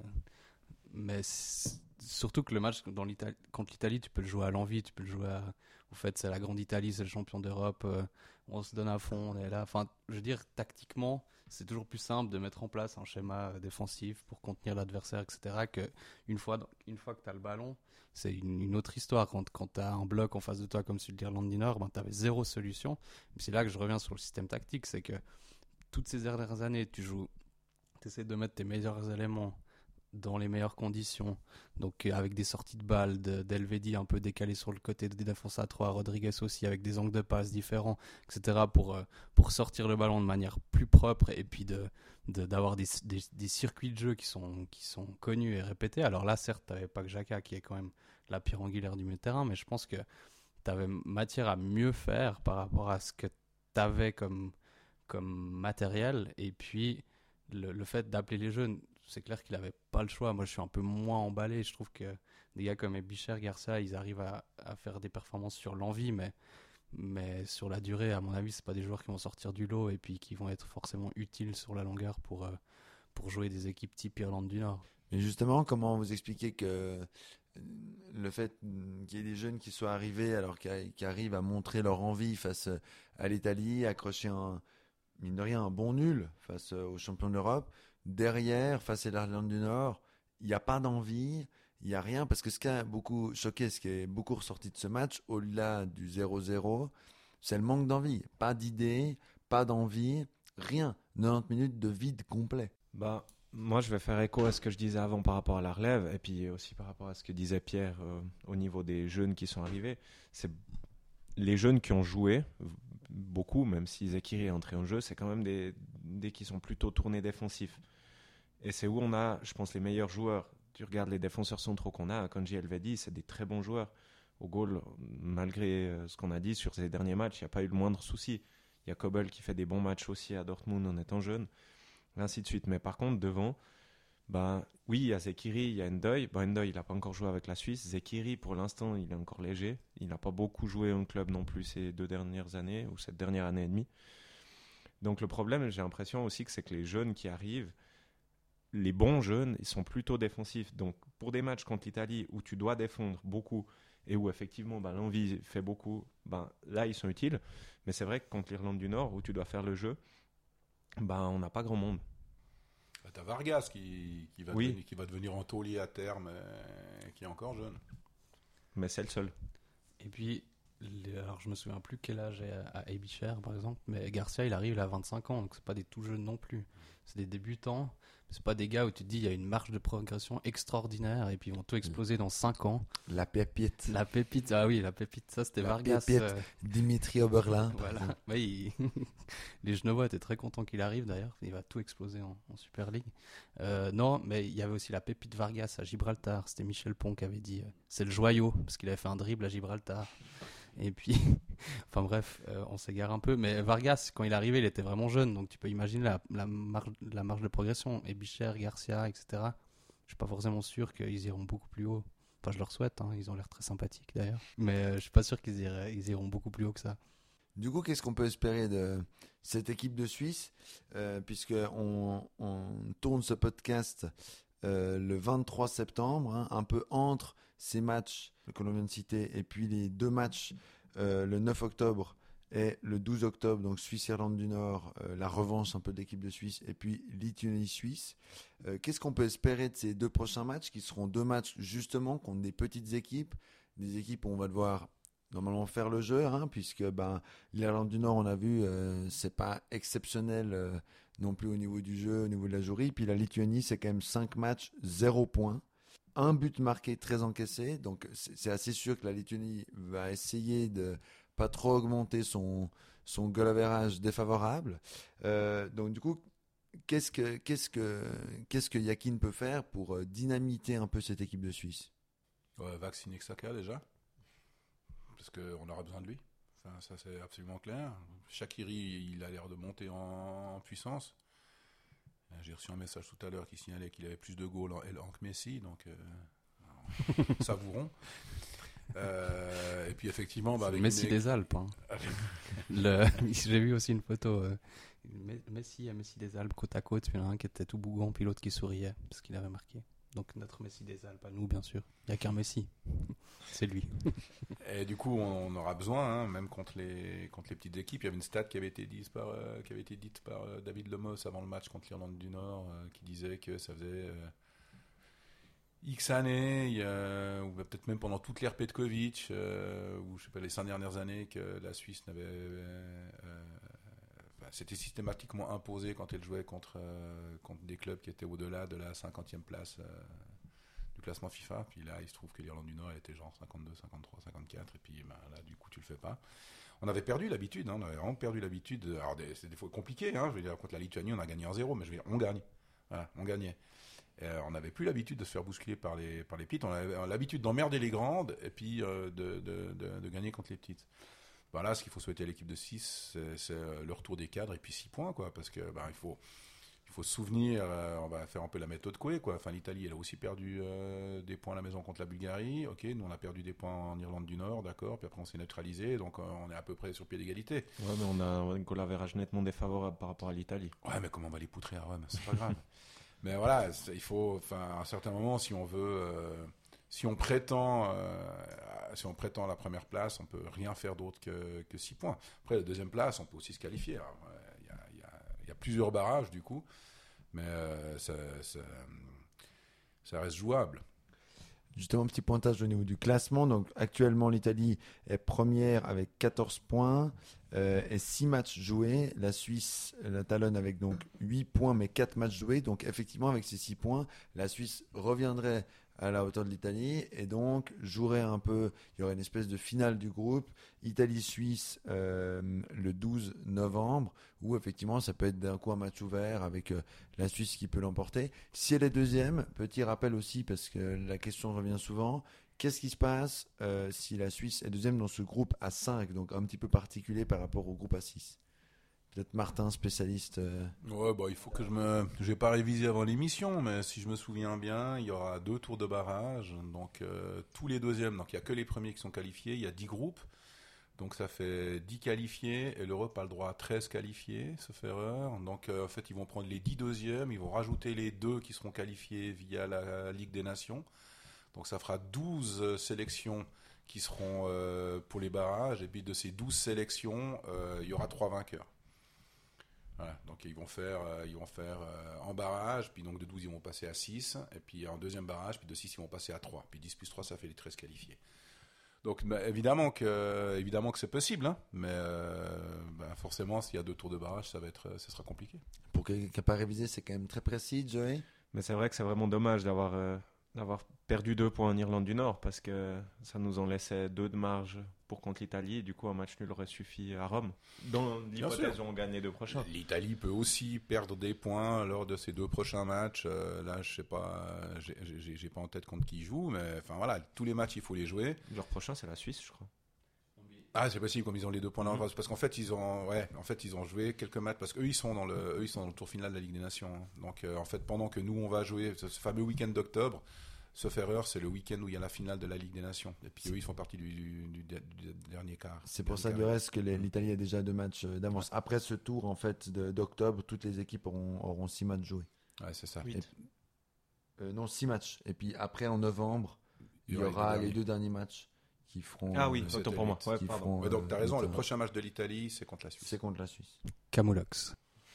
D: mais surtout que le match dans l'Italie, contre l'Italie, tu peux le jouer à l'envie, tu peux le jouer à, au fait, c'est la grande Italie, c'est le champion d'Europe, euh, on se donne à fond, on est là. Enfin, je veux dire, tactiquement, c'est toujours plus simple de mettre en place un schéma défensif pour contenir l'adversaire, et cetera, qu'une fois, une fois que tu as le ballon, c'est une, une autre histoire. Quand, quand tu as un bloc en face de toi, comme celui de l'Irlande du Nord, ben, tu avais zéro solution. Et c'est là que je reviens sur le système tactique, c'est que toutes ces dernières années, tu joues, tu essaies de mettre tes meilleurs éléments dans les meilleures conditions, donc avec des sorties de balles de, d'Elvedi un peu décalées sur le côté des défenses à trois, Rodriguez aussi avec des angles de passe différents, et cetera pour, euh, pour sortir le ballon de manière plus propre et puis de, de, d'avoir des, des, des circuits de jeu qui sont, qui sont connus et répétés. Alors là, certes, tu n'avais pas que Xhaka qui est quand même la pierre angulaire du milieu de terrain, mais je pense que tu avais matière à mieux faire par rapport à ce que tu avais comme, comme matériel, et puis le, le fait d'appeler les jeunes, c'est clair qu'il n'avait pas le choix. Moi, je suis un peu moins emballé. Je trouve que des gars comme Ebicher, Garcia, ils arrivent à, à faire des performances sur l'envie, mais, mais sur la durée, à mon avis, c'est pas des joueurs qui vont sortir du lot et puis qui vont être forcément utiles sur la longueur pour, euh, pour jouer des équipes type Irlande du Nord.
C: Mais justement, comment vous expliquez que le fait qu'il y ait des jeunes qui soient arrivés, alors qui arrivent à montrer leur envie face à l'Italie, accrocher un, mine de rien, un bon nul face aux champions d'Europe, derrière, face à l'Irlande du Nord, il n'y a pas d'envie, il n'y a rien, parce que ce qui a beaucoup choqué, ce qui est beaucoup ressorti de ce match, au-delà du zéro zéro, c'est le manque d'envie. Pas d'idée, pas d'envie, rien. quatre-vingt-dix minutes de vide complet.
B: Bah, moi, je vais faire écho à ce que je disais avant par rapport à la relève, et puis aussi par rapport à ce que disait Pierre euh, au niveau des jeunes qui sont arrivés. C'est les jeunes qui ont joué, beaucoup, même si Zekiri est entré en jeu, c'est quand même des, des qui sont plutôt tournés défensifs. Et c'est où on a, je pense, les meilleurs joueurs. Tu regardes les défenseurs centraux qu'on a, Akanji, Elvedi, c'est des très bons joueurs. Au goal, malgré ce qu'on a dit sur ces derniers matchs, il n'y a pas eu le moindre souci. Il y a Kobel qui fait des bons matchs aussi à Dortmund en étant jeune, ainsi de suite. Mais par contre, devant, bah, oui, il y a Zekiri, il y a Ndoye. Bah, Ndoye, il n'a pas encore joué avec la Suisse. Zekiri, pour l'instant, il est encore léger. Il n'a pas beaucoup joué en club non plus ces deux dernières années, ou cette dernière année et demie. Donc le problème, j'ai l'impression aussi que c'est que les jeunes qui arrivent, les bons jeunes, ils sont plutôt défensifs. Donc pour des matchs contre l'Italie où tu dois défendre beaucoup et où effectivement bah, l'envie fait beaucoup, bah, là ils sont utiles. Mais c'est vrai que contre l'Irlande du Nord, où tu dois faire le jeu, bah, on n'a pas grand monde.
E: Bah, t'as Vargas qui, qui, va
B: oui.
E: devenir, qui va devenir en taulier à terme, euh, qui est encore jeune.
B: Mais c'est le seul.
D: Et puis, les, alors je me souviens plus quel âge est à Ebicher par exemple, mais Garcia il arrive il a vingt-cinq ans, donc c'est pas des tout jeunes non plus. C'est des débutants, c'est pas des gars où tu te dis il y a une marge de progression extraordinaire et puis ils vont tout exploser dans cinq ans.
C: La pépite.
D: La pépite, ah oui, la pépite, ça c'était
C: la
D: Vargas.
C: Pépite,
D: euh...
C: Dimitri Oberlin.
D: Voilà. Bah, il... Les Genevois étaient très contents qu'il arrive d'ailleurs, il va tout exploser en, en Super League. Euh, non, mais il y avait aussi la pépite Vargas à Gibraltar, c'était Michel Pont qui avait dit euh, c'est le joyau, parce qu'il avait fait un dribble à Gibraltar. Et puis, enfin bref, euh, on s'égare un peu. Mais Vargas, quand il est arrivé, il était vraiment jeune. Donc tu peux imaginer la, la, marge, la marge de progression. Ebicher, Garcia, et cetera. Je suis pas forcément sûr qu'ils iront beaucoup plus haut. Enfin, je leur souhaite, hein, ils ont l'air très sympathiques d'ailleurs. Mais euh, je suis pas sûr qu'ils iraient, ils iront beaucoup plus haut que ça.
C: Du coup, qu'est-ce qu'on peut espérer de cette équipe de Suisse, euh, puisque on, on tourne ce podcast euh, le vingt-trois septembre, hein, un peu entre ces matchs que l'on vient de citer et puis les deux matchs euh, le neuf octobre et le douze octobre, donc Suisse-Irlande du Nord, euh, la revanche un peu de l'équipe de Suisse, et puis Lituanie-Suisse. Euh, qu'est-ce qu'on peut espérer de ces deux prochains matchs, qui seront deux matchs justement contre des petites équipes, des équipes où on va devoir normalement faire le jeu, hein, puisque ben, l'Irlande du Nord, on a vu, euh, c'est pas exceptionnel euh, non plus au niveau du jeu, au niveau de la jouerie. Puis la Lituanie, c'est quand même cinq matchs, zéro points. Un but marqué, très encaissé. Donc c'est, c'est assez sûr que la Lituanie va essayer de pas trop augmenter son, son goal average défavorable. Euh, donc du coup, qu'est-ce que, qu'est-ce que, qu'est-ce que Yakin peut faire pour euh, dynamiter un peu cette équipe de Suisse?
E: Ouais, vacciner Xhaka déjà. Parce qu'on aura besoin de lui. Enfin, ça, c'est absolument clair. Shaqiri, il a l'air de monter en, en puissance. J'ai reçu un message tout à l'heure qui signalait qu'il avait plus de goals en L un que Messi, donc euh, savourons. Euh, et puis effectivement, bah, avec
D: Messi
E: une...
D: des Alpes. Hein. Le... J'ai vu aussi une photo. Euh, Messi et Messi des Alpes côte à côte. Puis il y en a un qui était tout bougon, puis l'autre qui souriait parce qu'il avait marqué. Donc notre Messi des Alpes, à nous bien sûr. Il n'y a qu'un Messi, c'est lui.
E: Et du coup, on aura besoin, hein, même contre les, contre les petites équipes. Il y avait une stat qui avait été dite par, euh, qui avait été dite par euh, David Lemos avant le match contre l'Irlande du Nord, euh, qui disait que ça faisait euh, X années, il y a, ou peut-être même pendant toute l'ère Petkovic, euh, ou je sais pas, les cinq dernières années, que la Suisse n'avait... Euh, euh, c'était systématiquement imposé quand elle jouait contre, euh, contre des clubs qui étaient au-delà de la cinquantième place euh, du classement FIFA. Puis là, il se trouve que l'Irlande du Nord elle était genre cinquante-deux, cinquante-trois, cinquante-quatre. Et puis ben, là, du coup, tu le fais pas. On avait perdu l'habitude. Hein, on avait vraiment perdu l'habitude. Alors, des, c'est des fois compliqué. Hein, je veux dire, contre la Lituanie, on a gagné en zéro. Mais je veux dire, on gagne. Voilà, on gagnait. Euh, on n'avait plus l'habitude de se faire bousculer par les, par les petites. On avait l'habitude d'emmerder les grandes et puis euh, de, de, de, de gagner contre les petites. Ben là, ce qu'il faut souhaiter à l'équipe de six, c'est, c'est le retour des cadres et puis six points, quoi, parce que ben, il faut, il faut se souvenir, euh, on va faire un peu la méthode Coué, quoi. Enfin, l'Italie, elle a aussi perdu euh, des points à la maison contre la Bulgarie. Ok, nous on a perdu des points en Irlande du Nord, d'accord. Puis après on s'est neutralisé, donc euh, on est à peu près sur pied d'égalité.
B: Ouais, mais on a un goal average nettement défavorable par rapport à l'Italie.
E: Ouais, mais comment on va les poutrer à Rome, c'est pas grave. Mais voilà, il faut, enfin, à un certain moment, si on veut. Euh, Si on prétend, euh, si on prétend la première place, on peut rien faire d'autre que, que six points. Après, la deuxième place, on peut aussi se qualifier. Il y a, y, a, y a plusieurs barrages, du coup, mais euh, ça, ça, ça reste jouable.
C: Justement, un petit pointage au niveau du classement. Donc, actuellement, l'Italie est première avec quatorze points euh, et six matchs joués. La Suisse la talonne avec donc huit points, mais quatre matchs joués. Donc, effectivement, avec ces six points, la Suisse reviendrait à la hauteur de l'Italie et donc jouerait un peu, il y aurait une espèce de finale du groupe Italie-Suisse euh, le douze novembre où effectivement ça peut être d'un coup un match ouvert avec euh, la Suisse qui peut l'emporter. Si elle est deuxième, petit rappel aussi parce que la question revient souvent, qu'est-ce qui se passe euh, si la Suisse est deuxième dans ce groupe à cinq, donc un petit peu particulier par rapport au groupe à six? Peut-être Martin, spécialiste. Euh...
E: Ouais, bah, il faut que je me. Je vais pas réviser avant l'émission, mais si je me souviens bien, il y aura deux tours de barrage. Donc, euh, tous les deuxièmes, donc il n'y a que les premiers qui sont qualifiés. Il y a dix groupes. Donc, ça fait dix qualifiés. Et l'Europe a le droit à treize qualifiés, sauf erreur. Donc, euh, en fait, ils vont prendre les dix deuxièmes. Ils vont rajouter les deux qui seront qualifiés via la Ligue des Nations. Donc, ça fera douze sélections qui seront euh, pour les barrages. Et puis, de ces douze sélections, euh, il y aura trois vainqueurs. Voilà, donc ils vont faire, euh, ils vont faire euh, en barrage, puis donc de douze ils vont passer à six, et puis en deuxième barrage, puis de six ils vont passer à trois, puis dix plus trois ça fait les treize qualifiés. Donc bah, évidemment, que, évidemment que c'est possible, hein, mais euh, bah, forcément s'il y a deux tours de barrage ça, va être, ça sera compliqué.
C: Pour quelqu'un qui n'a pas révisé, c'est quand même très précis, Joey.
B: Mais c'est vrai que c'est vraiment dommage d'avoir, euh, d'avoir perdu deux points en Irlande du Nord parce que ça nous en laissait deux de marge pour contre l'Italie et du coup un match nul aurait suffi à Rome. Dans l'hypothèse où on gagne les deux prochains.
E: L'Italie peut aussi perdre des points lors de ces deux prochains matchs. Euh, là, je sais pas, j'ai, j'ai, j'ai pas en tête contre qui ils jouent, mais enfin voilà, tous les matchs il faut les jouer.
B: Leur prochain c'est la Suisse, je crois.
E: Ah, c'est possible comme ils ont les deux points là, mmh. parce qu'en fait ils ont, ouais, en fait ils ont joué quelques matchs parce qu'eux ils sont dans le, eux ils sont dans le tour final de la Ligue des Nations. Hein. Donc euh, en fait pendant que nous on va jouer ce fameux week-end d'octobre. Sauf erreur, c'est le week-end où il y a la finale de la Ligue des Nations. Et puis eux, ils font partie du, du, du, du dernier quart.
C: C'est pour
E: dernier
C: ça
E: quart.
C: du reste que les- l'Italie a déjà deux matchs euh, d'avance. Après ce tour en fait de- d'octobre, toutes les équipes auront, auront six matchs joués.
E: Ouais, c'est ça.
B: Oui.
C: Et- euh, non, six matchs. Et puis après en novembre, il y
E: les
C: aura
E: deux
C: les
E: derniers.
C: deux derniers matchs qui feront.
B: Ah oui,
C: euh,
B: autant pour moi. Ouais,
C: qui
B: pardon.
C: feront,
E: Ouais, donc,
C: euh,
E: tu as raison, le
C: notamment-
E: prochain match de l'Italie, c'est contre la Suisse.
C: C'est contre la Suisse.
D: Camoulox.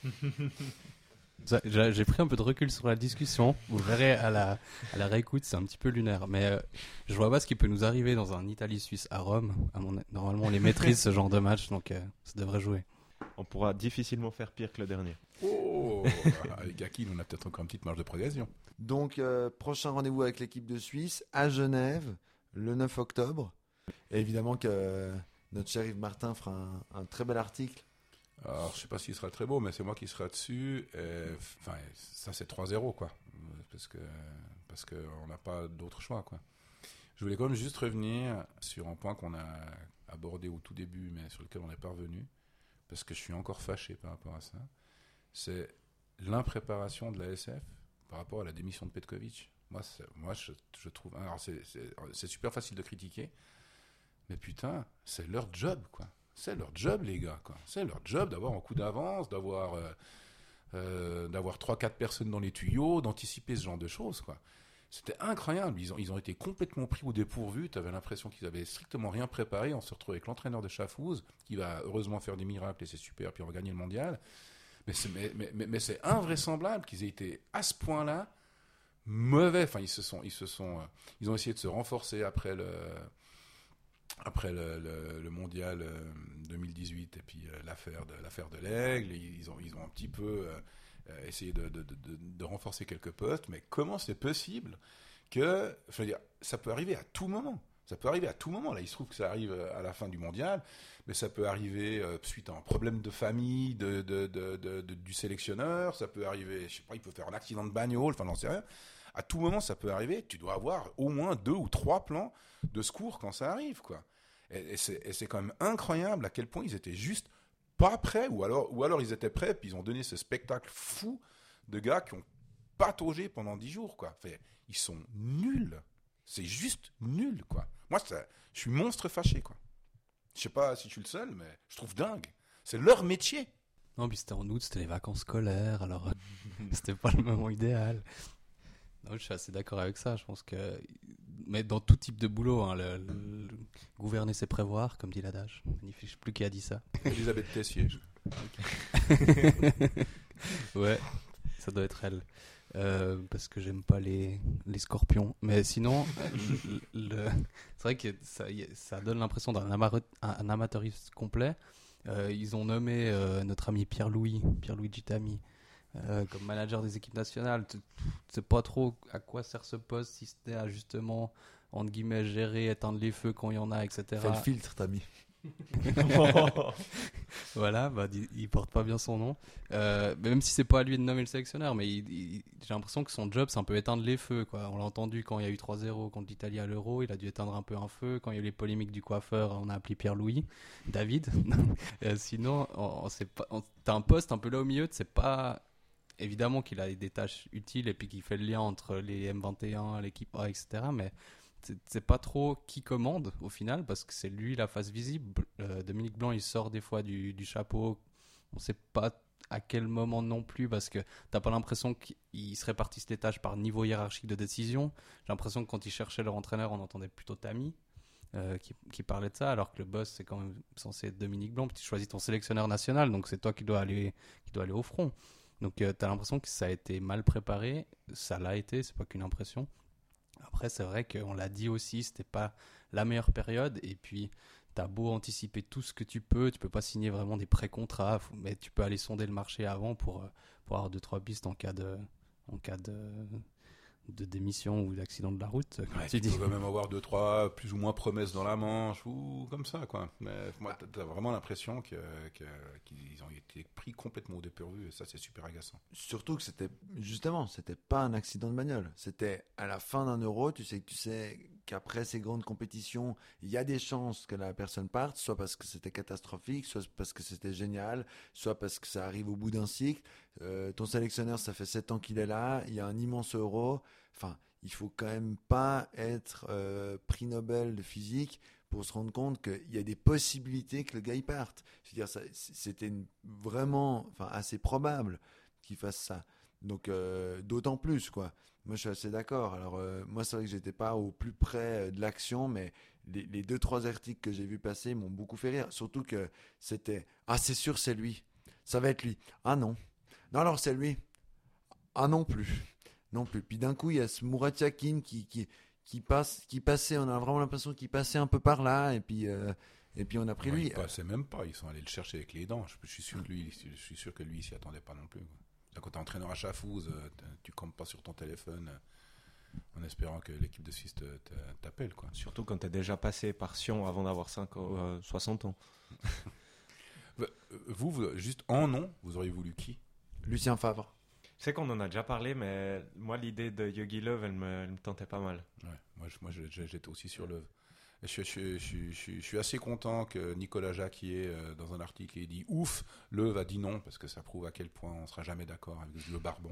D: Ça, J'ai j'ai pris un peu de recul sur la discussion. Vous verrez à la, à la réécoute, c'est un petit peu lunaire. Mais euh, je vois pas ce qui peut nous arriver dans un Italie-Suisse à Rome. À mon... Normalement, on les maîtrise ce genre de match, donc euh, ça devrait jouer.
B: On pourra difficilement faire pire que le dernier.
E: Oh Avec Gaki, on a peut-être encore une petite marge de progression.
C: Donc euh, prochain rendez-vous avec l'équipe de Suisse à Genève le neuf octobre. Et évidemment que euh, notre cher Yves Martin fera un, un très bel article.
E: Alors, je sais pas s'il sera très beau, mais c'est moi qui serai dessus. Et, enfin, ça, c'est trois zéro, quoi. Parce que parce que on n'a pas d'autre choix, quoi. Je voulais quand même juste revenir sur un point qu'on a abordé au tout début, mais sur lequel on n'est pas revenu, parce que je suis encore fâché par rapport à ça. C'est l'impréparation de la S F par rapport à la démission de Petkovic. Moi, c'est, moi je, je trouve... Alors, c'est, c'est, c'est super facile de critiquer, mais putain, c'est leur job, quoi. C'est leur job, les gars, quoi. C'est leur job d'avoir un coup d'avance, d'avoir, euh, euh, d'avoir trois quatre personnes dans les tuyaux, d'anticiper ce genre de choses, quoi. C'était incroyable. Ils ont, ils ont été complètement pris au dépourvu. Tu avais l'impression qu'ils avaient strictement rien préparé. On se retrouve avec l'entraîneur de Schaffhouse, qui va heureusement faire des miracles, et c'est super, puis on va gagner le mondial. Mais c'est, mais, mais, mais, mais c'est invraisemblable qu'ils aient été à ce point-là mauvais. Enfin, ils se sont, ils se sont, euh, ils ont essayé de se renforcer après le... Après le, le, le mondial euh, deux mille dix-huit et puis euh, l'affaire de l'affaire de l'Aigle, ils ont ils ont un petit peu euh, essayé de, de, de, de renforcer quelques postes, mais comment c'est possible que, je veux dire, ça peut arriver à tout moment. Ça peut arriver à tout moment. Là, il se trouve que ça arrive à la fin du mondial, mais ça peut arriver euh, suite à un problème de famille de, de, de, de, de, du sélectionneur. Ça peut arriver, je sais pas, il peut faire un accident de bagnole, enfin, j'en sais rien. À tout moment, ça peut arriver. Tu dois avoir au moins deux ou trois plans de secours quand ça arrive, quoi. Et, et, c'est, et c'est quand même incroyable à quel point ils étaient juste pas prêts, ou alors, ou alors ils étaient prêts, puis ils ont donné ce spectacle fou de gars qui ont pataugé pendant dix jours, quoi. Enfin, ils sont nuls. C'est juste nul, quoi. Moi, ça, je suis monstre fâché, quoi. Je sais pas si je suis le seul, mais je trouve dingue. C'est leur métier.
D: Non, puis c'était en août, c'était les vacances scolaires, alors euh, c'était pas le moment idéal. Non, je suis assez d'accord avec ça. Je pense que, mais dans tout type de boulot, hein, le, le- le- gouverner c'est prévoir, comme dit l'adage. Magnifique, je sais plus qui a dit ça.
E: Elisabeth Tessier. je-
D: Ouais, ça doit être elle. Euh, parce que j'aime pas les, les scorpions. Mais sinon, le, le- c'est vrai que ça, y est- ça donne l'impression d'un amaro- un, un amateurisme complet. Euh, ils ont nommé euh, notre ami Pierre-Louis, Pierre-Louis Gitami, euh, comme manager des équipes nationales. Tu sais pas trop à quoi sert ce poste, si c'était à justement, entre guillemets, gérer, éteindre les feux quand il y en a, et cetera.
C: Fais le filtre, t'as mis.
D: Voilà, bah, il, il porte pas bien son nom. Euh, même si c'est pas à lui de nommer le sélectionneur, mais il- il- j'ai l'impression que son job, c'est un peu éteindre les feux, quoi. On l'a entendu quand il y a eu trois zéro contre l'Italie à l'Euro, il a dû éteindre un peu un feu. Quand il y a eu les polémiques du coiffeur, on a appelé Pierre-Louis, David. Euh, sinon, on, on sait pas, on- t'as un poste un peu là au milieu, c'est pas évidemment qu'il a des tâches utiles et puis qu'il fait le lien entre les M vingt et un, l'équipe A, et cetera. Mais c'est- c'est pas trop qui commande au final parce que c'est lui la face visible. Euh, Dominique Blanc, il sort des fois du, du chapeau. On sait pas à quel moment non plus parce que t'as pas l'impression qu'ils se répartissent les tâches par niveau hiérarchique de décision. J'ai l'impression que quand ils cherchaient leur entraîneur, on entendait plutôt Tami euh, qui, qui parlait de ça, alors que le boss c'est quand même censé être Dominique Blanc. Tu choisis ton sélectionneur national, donc c'est toi qui dois aller, qui dois aller au front. Donc euh, t'as l'impression que ça a été mal préparé. Ça l'a été, c'est pas qu'une impression. Après, c'est vrai qu'on l'a dit aussi, c'était pas la meilleure période. Et puis, t'as beau anticiper tout ce que tu peux, tu peux pas signer vraiment des pré-contrats, faut- mais tu peux aller sonder le marché avant pour, euh, pour avoir deux trois pistes en cas de, en cas de, de démission ou d'accident de la route. Comme
E: Ouais,
D: tu
E: tu
D: dis.
E: peux quand même avoir deux, trois, plus ou moins promesses dans la manche, ou comme ça, quoi. Mais moi, t'as- t'as vraiment l'impression que, que- qu'ils ont été pris complètement au dépourvu, et ça, c'est super agaçant.
C: Surtout que c'était, justement, c'était pas un accident de bagnole. C'était à la fin d'un euro, tu sais que tu sais qu'après ces grandes compétitions, il y a des chances que la personne parte, soit parce que c'était catastrophique, soit parce que c'était génial, soit parce que ça arrive au bout d'un cycle. Euh, ton sélectionneur, ça fait sept ans qu'il est là, il y a un immense euro. enfin, il faut quand même pas être euh, prix Nobel de physique pour se rendre compte qu'il y a des possibilités que le gars il parte. Je veux dire, ça, c'était une, vraiment, enfin, assez probable qu'il fasse ça. Donc, euh, d'autant plus, quoi. Moi, je suis assez d'accord. Alors, euh, moi, c'est vrai que j'étais pas au plus près de l'action, mais les, les deux, trois articles que j'ai vus passer m'ont beaucoup fait rire. Surtout que c'était « Ah, c'est sûr, c'est lui. Ça va être lui. Ah non. Non, alors, c'est lui. Ah non plus. Non plus. » Puis d'un coup, il y a ce Murat Yakin qui, qui, qui, passe, qui passait, on a vraiment l'impression qu'il passait un peu par là, et puis, euh, et puis on a pris
E: Ouais,
C: lui.
E: il passait même pas, ils sont allés le chercher avec les dents. Je, je suis sûr que lui, je suis sûr que lui, il s'y attendait pas non plus, quoi. Quand tu es entraîneur à Chafouz, tu campes pas sur ton téléphone en espérant que l'équipe de Suisse te, te, t'appelle, quoi.
B: Surtout quand tu es déjà passé par Sion avant d'avoir cinq, euh, soixante ans.
E: vous, vous, juste en nom, vous auriez voulu qui?
C: Lucien Favre.
B: Je sais qu'on en a déjà parlé, mais moi, l'idée de Yogi Löw, elle me, elle me tentait pas mal.
E: Ouais, moi, je, moi je, j'étais aussi sur Löw. Je, je, je, je, je suis assez content que Nicolas Jacquier, euh, dans un article, ait dit « Ouf, Löw a dit non », parce que ça prouve à quel point on ne sera jamais d'accord avec le barbon.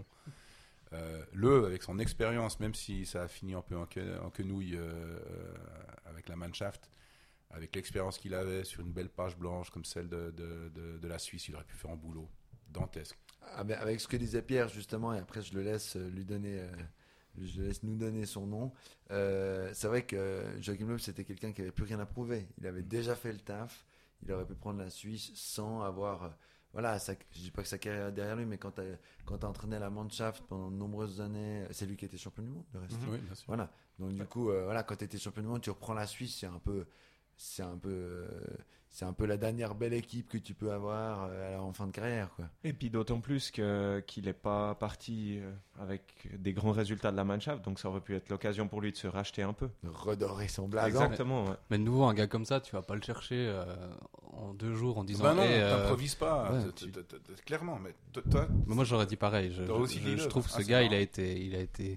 E: Euh, Löw, avec son expérience, même si ça a fini un peu en, que, en quenouille euh, avec la Mannschaft, avec l'expérience qu'il avait sur une belle page blanche comme celle de, de, de, de la Suisse, il aurait pu faire un boulot dantesque.
C: Avec ce que disait Pierre, justement, et après je le laisse lui donner... Euh... Je laisse nous donner son nom. Euh, c'est vrai que Joachim Löw, c'était quelqu'un qui n'avait plus rien à prouver. Il avait déjà fait le taf. Il aurait pu prendre la Suisse sans avoir... Euh, voilà, sa, je ne dis pas que sa carrière est derrière lui, mais quand tu as entraîné la Mannschaft pendant de nombreuses années, c'est lui qui était champion du monde, le reste.
E: Mmh, oui, bien sûr.
C: Voilà. Donc du coup, euh, voilà, quand tu étais champion du monde, tu reprends la Suisse, c'est un peu... C'est un peu, euh, c'est un peu la dernière belle équipe que tu peux avoir euh, en fin de carrière, quoi.
B: Et puis d'autant plus que, qu'il n'est pas parti euh, avec des grands résultats de la Mannschaft, donc ça aurait pu être l'occasion pour lui de se racheter un peu.
C: Redorer son blason.
B: Exactement, ouais.
D: Mais de nouveau, un gars comme ça, tu vas pas le chercher euh, en deux jours en disant
E: Bah non,
D: hey, euh,
E: t'improvises pas,
D: ouais,
E: t-
D: tu-
E: t- t- t- clairement. Mais t- toi,
D: Mais moi j'aurais dit pareil. Je,
E: T'aurais aussi
D: je-
E: dit
D: je
E: Löw.
D: trouve que
E: Ah,
D: ce
E: c'est
D: gars, il
E: marrant.
D: a été, il a été,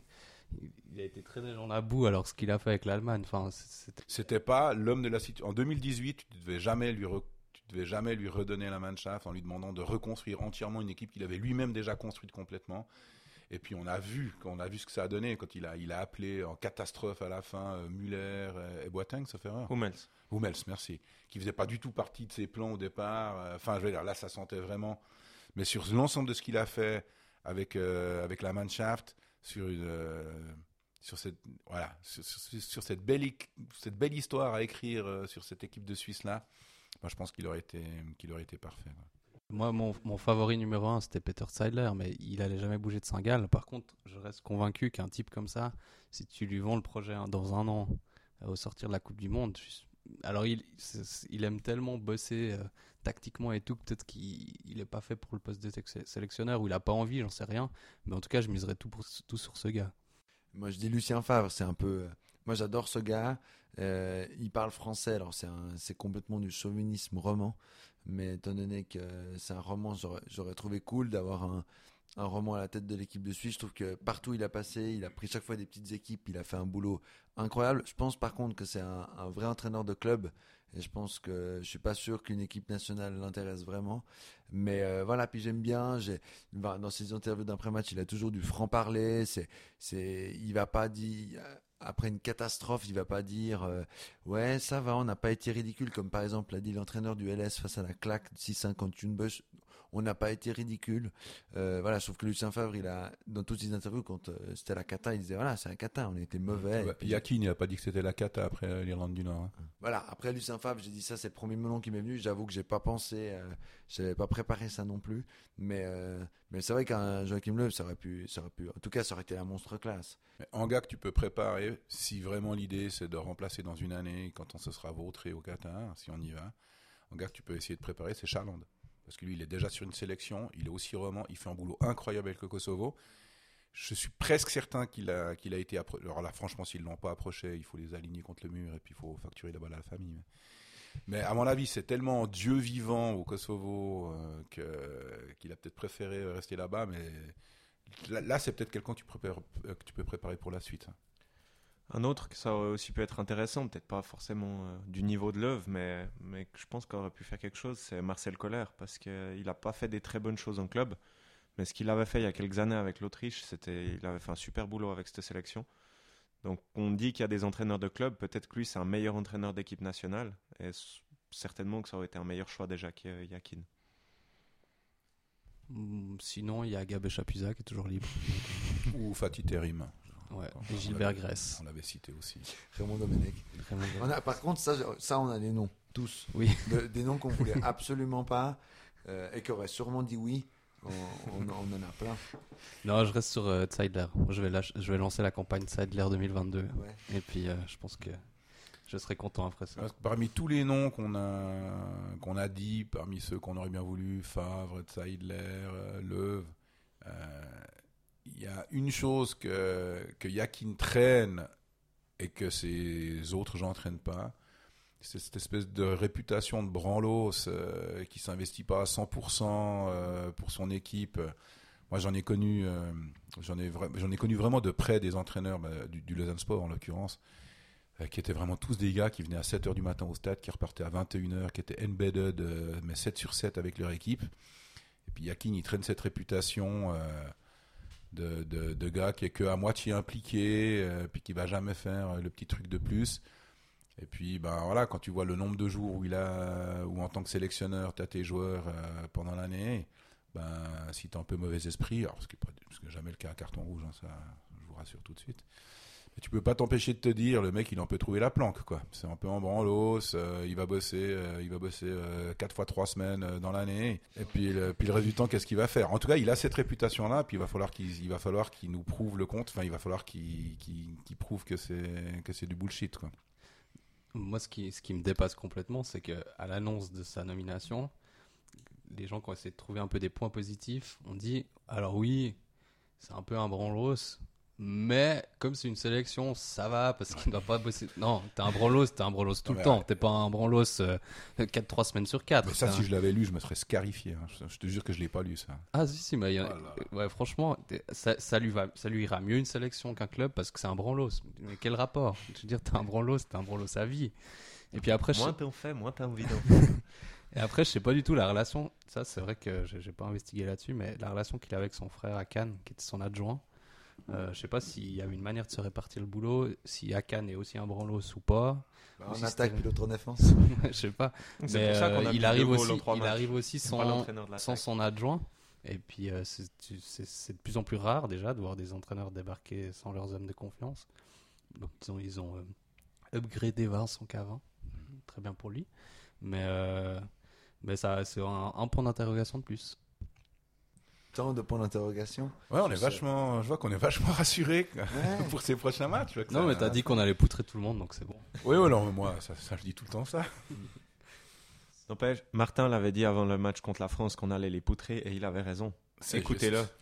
D: il a été traîné dans la boue alors que ce qu'il a fait avec l'Allemagne. Enfin, c'était...
E: c'était pas l'homme de la situation. En deux mille dix-huit, tu devais jamais lui re- tu devais jamais lui redonner la Mannschaft en lui demandant de reconstruire entièrement une équipe qu'il avait lui-même déjà construite complètement. Et puis on a vu, on a vu ce que ça a donné quand il a, il a appelé en catastrophe à la fin euh, Müller euh, et Boateng, sauf erreur.
B: Hummels.
E: Hummels, merci, qui faisait pas du tout partie de ses plans au départ. Euh, Enfin, je veux dire, là, ça sentait vraiment. Mais sur l'ensemble de ce qu'il a fait avec euh, avec la Mannschaft, sur une euh, sur cette voilà, sur, sur, sur cette belle cette belle histoire à écrire euh, sur cette équipe de Suisse là, moi, je pense qu'il aurait été qu'il aurait été parfait. Ouais.
D: Moi, mon, mon favori numéro un, c'était Peter Seidler, mais il allait jamais bouger de Saint-Gall. Par contre, je reste convaincu qu'un type comme ça, si tu lui vends le projet hein, dans un an, euh, au sortir de la Coupe du Monde, je- alors il, c'est- il aime tellement bosser euh, tactiquement et tout, peut-être qu'il il est pas fait pour le poste de tex- sélectionneur, ou il a pas envie, j'en sais rien. Mais en tout cas, je miserais tout, pour, tout sur ce gars.
C: Moi, je dis Lucien Favre, c'est un peu. euh, Moi, j'adore ce gars. Euh, il parle français, alors c'est, un... c'est complètement du chauvinisme roman. Mais étant donné que c'est un roman, j'aurais, j'aurais trouvé cool d'avoir un, un roman à la tête de l'équipe de Suisse. Je trouve que partout où il a passé, il a pris chaque fois des petites équipes, il a fait un boulot incroyable. Je pense par contre que c'est un, un vrai entraîneur de club. Et je pense que je suis pas sûr qu'une équipe nationale l'intéresse vraiment. Mais euh, voilà, puis j'aime bien. J'ai, bah, dans ses interviews d'après-match, il a toujours du franc-parler. C'est, c'est, il va pas dire après une catastrophe, il va pas dire euh, ouais ça va, on n'a pas été ridicule, comme par exemple l'a dit l'entraîneur du L S face à la claque six cinquante une Bush. On n'a pas été ridicule. Euh, voilà, sauf que Lucien Favre, il a dans toutes ses interviews quand euh, c'était la cata, il disait voilà c'est un cata, on était mauvais.
E: Ouais,
C: Et puis,
E: Yakin, il a pas dit que c'était la cata après euh, l'Irlande du Nord. Hein.
C: voilà, après Lucien Favre, j'ai dit ça, c'est le premier melon qui m'est venu. J'avoue que j'ai pas pensé, euh, j'avais pas préparé ça non plus. Mais, euh, mais c'est vrai qu'un Joachim Löw, ça aurait pu, ça aurait pu, en tout cas, ça aurait été la monstre classe.
E: Mais en gars que tu peux préparer, si vraiment l'idée c'est de remplacer dans une année, quand on se sera vautré au Qatar, si on y va, en gars que tu peux essayer de préparer, c'est Charland. Parce que lui, il est déjà sur une sélection, il est aussi roman, il fait un boulot incroyable avec le Kosovo. Je suis presque certain qu'il a, qu'il a été approché. Alors là, franchement, s'ils ne l'ont pas approché, il faut les aligner contre le mur et puis il faut facturer la balle à la famille. Mais à mon avis, c'est tellement Dieu vivant au Kosovo euh, que, qu'il a peut-être préféré rester là-bas. Mais là, là c'est peut-être quelqu'un que tu, prépares, que tu peux préparer pour la suite.
B: Un autre que ça aurait aussi pu être intéressant, peut-être pas forcément euh, du niveau de Löw, mais, mais que je pense qu'il aurait pu faire quelque chose, c'est Marcel Koller, parce qu'il n'a pas fait des très bonnes choses en club, Mais ce qu'il avait fait il y a quelques années avec l'Autriche, c'était, il avait fait un super boulot avec cette sélection. Donc on dit qu'il y a des entraîneurs de club, peut-être que lui c'est un meilleur entraîneur d'équipe nationale, et c- certainement que ça aurait été un meilleur choix déjà qu'Yakin.
D: Mm, Sinon, il y a Gabé Chapuisat qui est toujours libre.
E: Ou Fatih Terim.
D: Ouais.
E: On
D: Et Gilbert
E: l'avait-
D: Grèce.
E: On l'avait cité aussi.
C: Raymond Domenech.
D: Raymond Domenech.
C: On a, par contre, ça, ça, on a les noms, tous.
D: Oui.
C: De- des noms qu'on voulait absolument pas euh, et qui auraient sûrement dit oui. On, on, on en a plein.
D: Non, je reste sur euh, Zeidler. Je vais, lâcher- je vais lancer la campagne Zeidler deux mille vingt-deux.
C: Ouais.
D: Et puis, euh, je pense que je serai content après ça.
E: Parce que Parmi tous les noms qu'on a, qu'on a dit, parmi ceux qu'on aurait bien voulu, Favre, Zeidler, euh, Löw, euh, il y a une chose que, que Yakin traîne et que ces autres gens ne traînent pas, c'est cette espèce de réputation de branlos euh, qui s'investit pas à cent pour cent euh, pour son équipe. Moi, j'en ai connu, euh, j'en ai, vra- j'en ai connu vraiment de près des entraîneurs bah, du, du Lausanne Sport en l'occurrence, euh, qui étaient vraiment tous des gars qui venaient à sept heures du matin au stade, qui repartaient à vingt et une heures, qui étaient embedded, euh, mais sept sur sept avec leur équipe. Et puis Yakin, il traîne cette réputation euh, de, de, de gars qui est que à moitié impliqué, euh, puis qui va jamais faire le petit truc de plus. Et puis, ben voilà, quand tu vois le nombre de jours où il a, où en tant que sélectionneur, tu as tes joueurs euh, pendant l'année, ben si tu as un peu mauvais esprit, alors ce qui n'est jamais le cas à carton rouge, hein, ça, je vous rassure tout de suite. Mais tu peux pas t'empêcher de te dire, le mec, il en peut trouver la planque, quoi. C'est un peu en branlos, euh, il va bosser, euh, il va bosser euh, quatre fois trois semaines euh, dans l'année. Et puis, le, puis le reste du temps, qu'est-ce qu'il va faire? En tout cas, il a cette réputation-là, puis il va falloir qu'il, il va falloir qu'il nous prouve le compte. Enfin, il va falloir qu'il, qu'il, qu'il prouve que c'est, que c'est du bullshit, quoi.
D: Moi, ce qui, ce qui me dépasse complètement, c'est qu'à l'annonce de sa nomination, les gens qui ont essayé de trouver un peu des points positifs ont dit alors oui, c'est un peu un branlos, mais comme c'est une sélection, ça va parce qu'il ne doit pas bosser. Non, t'es un branlos, t'es un branlos tout
E: Non,
D: le
E: mais
D: temps.
E: ouais.
D: T'es pas un branlos euh, quatre trois semaines sur quatre.
E: Mais ça,
D: T'es
E: si
D: un-
E: je l'avais lu, je me serais scarifié. hein. Je, je te jure que je l'ai pas lu, ça.
D: Ah si, si, mais il y en a-
E: Oh là
D: ouais, franchement, t'es- ça, ça, lui va, ça lui ira mieux une sélection qu'un club parce que c'est un branlos. Mais quel rapport? Je veux dire, t'es un branlos, t'es un branlos à vie. Et puis après, je
B: Moins
D: sais-
B: t'en fais, moins t'as envie d'en faire.
D: et après, je sais pas du tout la relation. Ça, c'est vrai que j'ai j'ai pas investigué là-dessus, mais la relation qu'il a avec son frère à Cannes, qui était son adjoint. Euh, je sais pas s'il y avait une manière de se répartir le boulot, si Akan est aussi un branlos ou pas.
C: Bah,
D: Ou
C: en
D: si
C: attaque
D: c'était-
C: puis l'autre en défense.
D: je sais pas.
B: C'est
D: Mais
B: pour ça qu'on a
D: euh,
B: mis
D: il
B: deux
D: arrive
B: goals
D: aussi,
B: en trois
D: il
B: matchs.
D: arrive aussi
B: C'est pas
D: sans,
B: l'entraîneur de
D: sans
B: l'attaque.
D: son adjoint. Et puis euh, c'est c'est- c'est de plus en plus rare déjà de voir des entraîneurs débarquer sans leurs hommes de confiance. Donc ils ont, ils ont euh, upgradé Vincent Cavin. Très bien pour lui. Mais, euh, mais ça, c'est un, un point d'interrogation de plus.
C: Tant de points d'interrogation.
E: Ouais, on est
C: Sur ça.
E: vachement, je vois qu'on est vachement rassuré
C: Ouais.
E: pour ces prochains matchs. je vois que
D: Non,
E: ça-
D: mais t'as dit qu'on allait poutrer tout le monde, donc c'est bon.
E: Oui, oui, non, mais moi, ça, ça, je dis tout le temps ça.
B: N'empêche, Martin l'avait dit avant le match contre la France qu'on allait les poutrer et il avait raison.
E: C'est
B: Écoutez-le.
E: juste.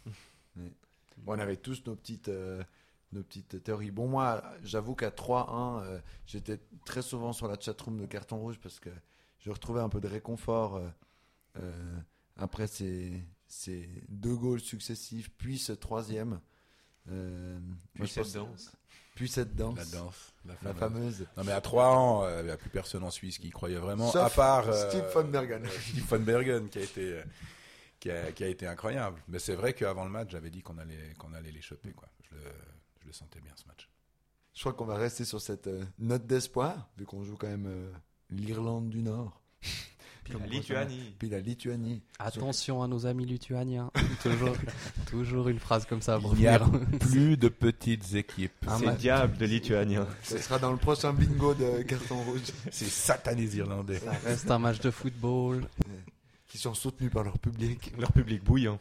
C: Bon, on avait tous nos petites, euh, nos petites théories. Bon, moi, j'avoue qu'à trois un, euh, j'étais très souvent sur la chatroom de Carton Rouge parce que je retrouvais un peu de réconfort euh, euh, après ces, ces deux goals successifs, puis ce troisième. Euh,
B: Puis
C: moi, je
B: cette
C: pense-
B: danse.
C: Puis cette danse.
E: La danse, la
C: La
E: fameuse.
C: fameuse.
E: Non, mais à trois ans, euh, il n'y a plus personne en Suisse qui y croyait vraiment,
C: Sauf
E: à part euh,
C: Steve Van Bergen.
E: Steve Van Bergen qui a été, euh, qui a, qui a été incroyable. Mais c'est vrai qu'avant le match, j'avais dit qu'on allait, qu'on allait les choper, quoi. Je le, je le sentais bien ce match.
C: Je crois qu'on va rester sur cette euh, note d'espoir, vu qu'on joue quand même euh, l'Irlande du Nord.
B: Puis
C: Comme
B: la
C: prochain
B: Lituanie.
C: Puis la Lituanie.
D: Attention à nos amis lituaniens. toujours, toujours une phrase comme ça pour
E: Il n'y a
D: finir.
E: plus de petites équipes.
D: Un
B: C'est
D: ma-
B: le diable de Lituanien.
C: Ce sera dans le prochain bingo de Carton Rouge,
E: C'est satanés irlandais.
D: Ça reste un match de football.
C: qui sont soutenus par leur public.
B: Leur public bouillant.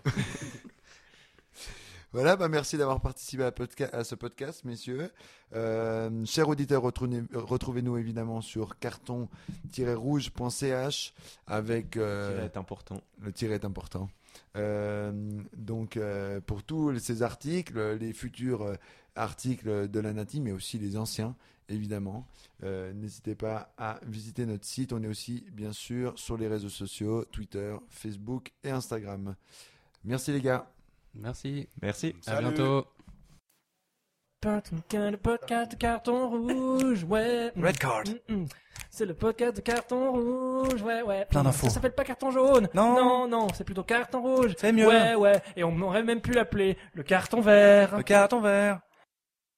C: Voilà, bah merci d'avoir participé à, podca- à ce podcast, messieurs. Euh, chers auditeurs, retrouvez- retrouvez-nous évidemment sur carton tiret rouge point c h avec euh,
B: Ça est important.
C: le tiret est important. Euh, donc euh, pour tous ces articles, les futurs euh, articles de la Nati, mais aussi les anciens, évidemment, euh, n'hésitez pas à visiter notre site. On est aussi bien sûr sur les réseaux sociaux, Twitter, Facebook et Instagram. Merci les gars.
D: Merci.
B: Merci.
D: À
E: Salut.
D: bientôt.
A: Podcast, le podcast de carton rouge, ouais.
B: Red card.
A: Mm, mm. C'est le podcast de carton rouge, ouais, ouais.
H: Plein d'infos.
A: Ça s'appelle pas carton jaune.
H: Non.
A: Non, non, c'est plutôt carton rouge.
H: C'est mieux.
A: Ouais, ouais. Et on aurait même pu l'appeler le carton vert.
H: Le carton vert.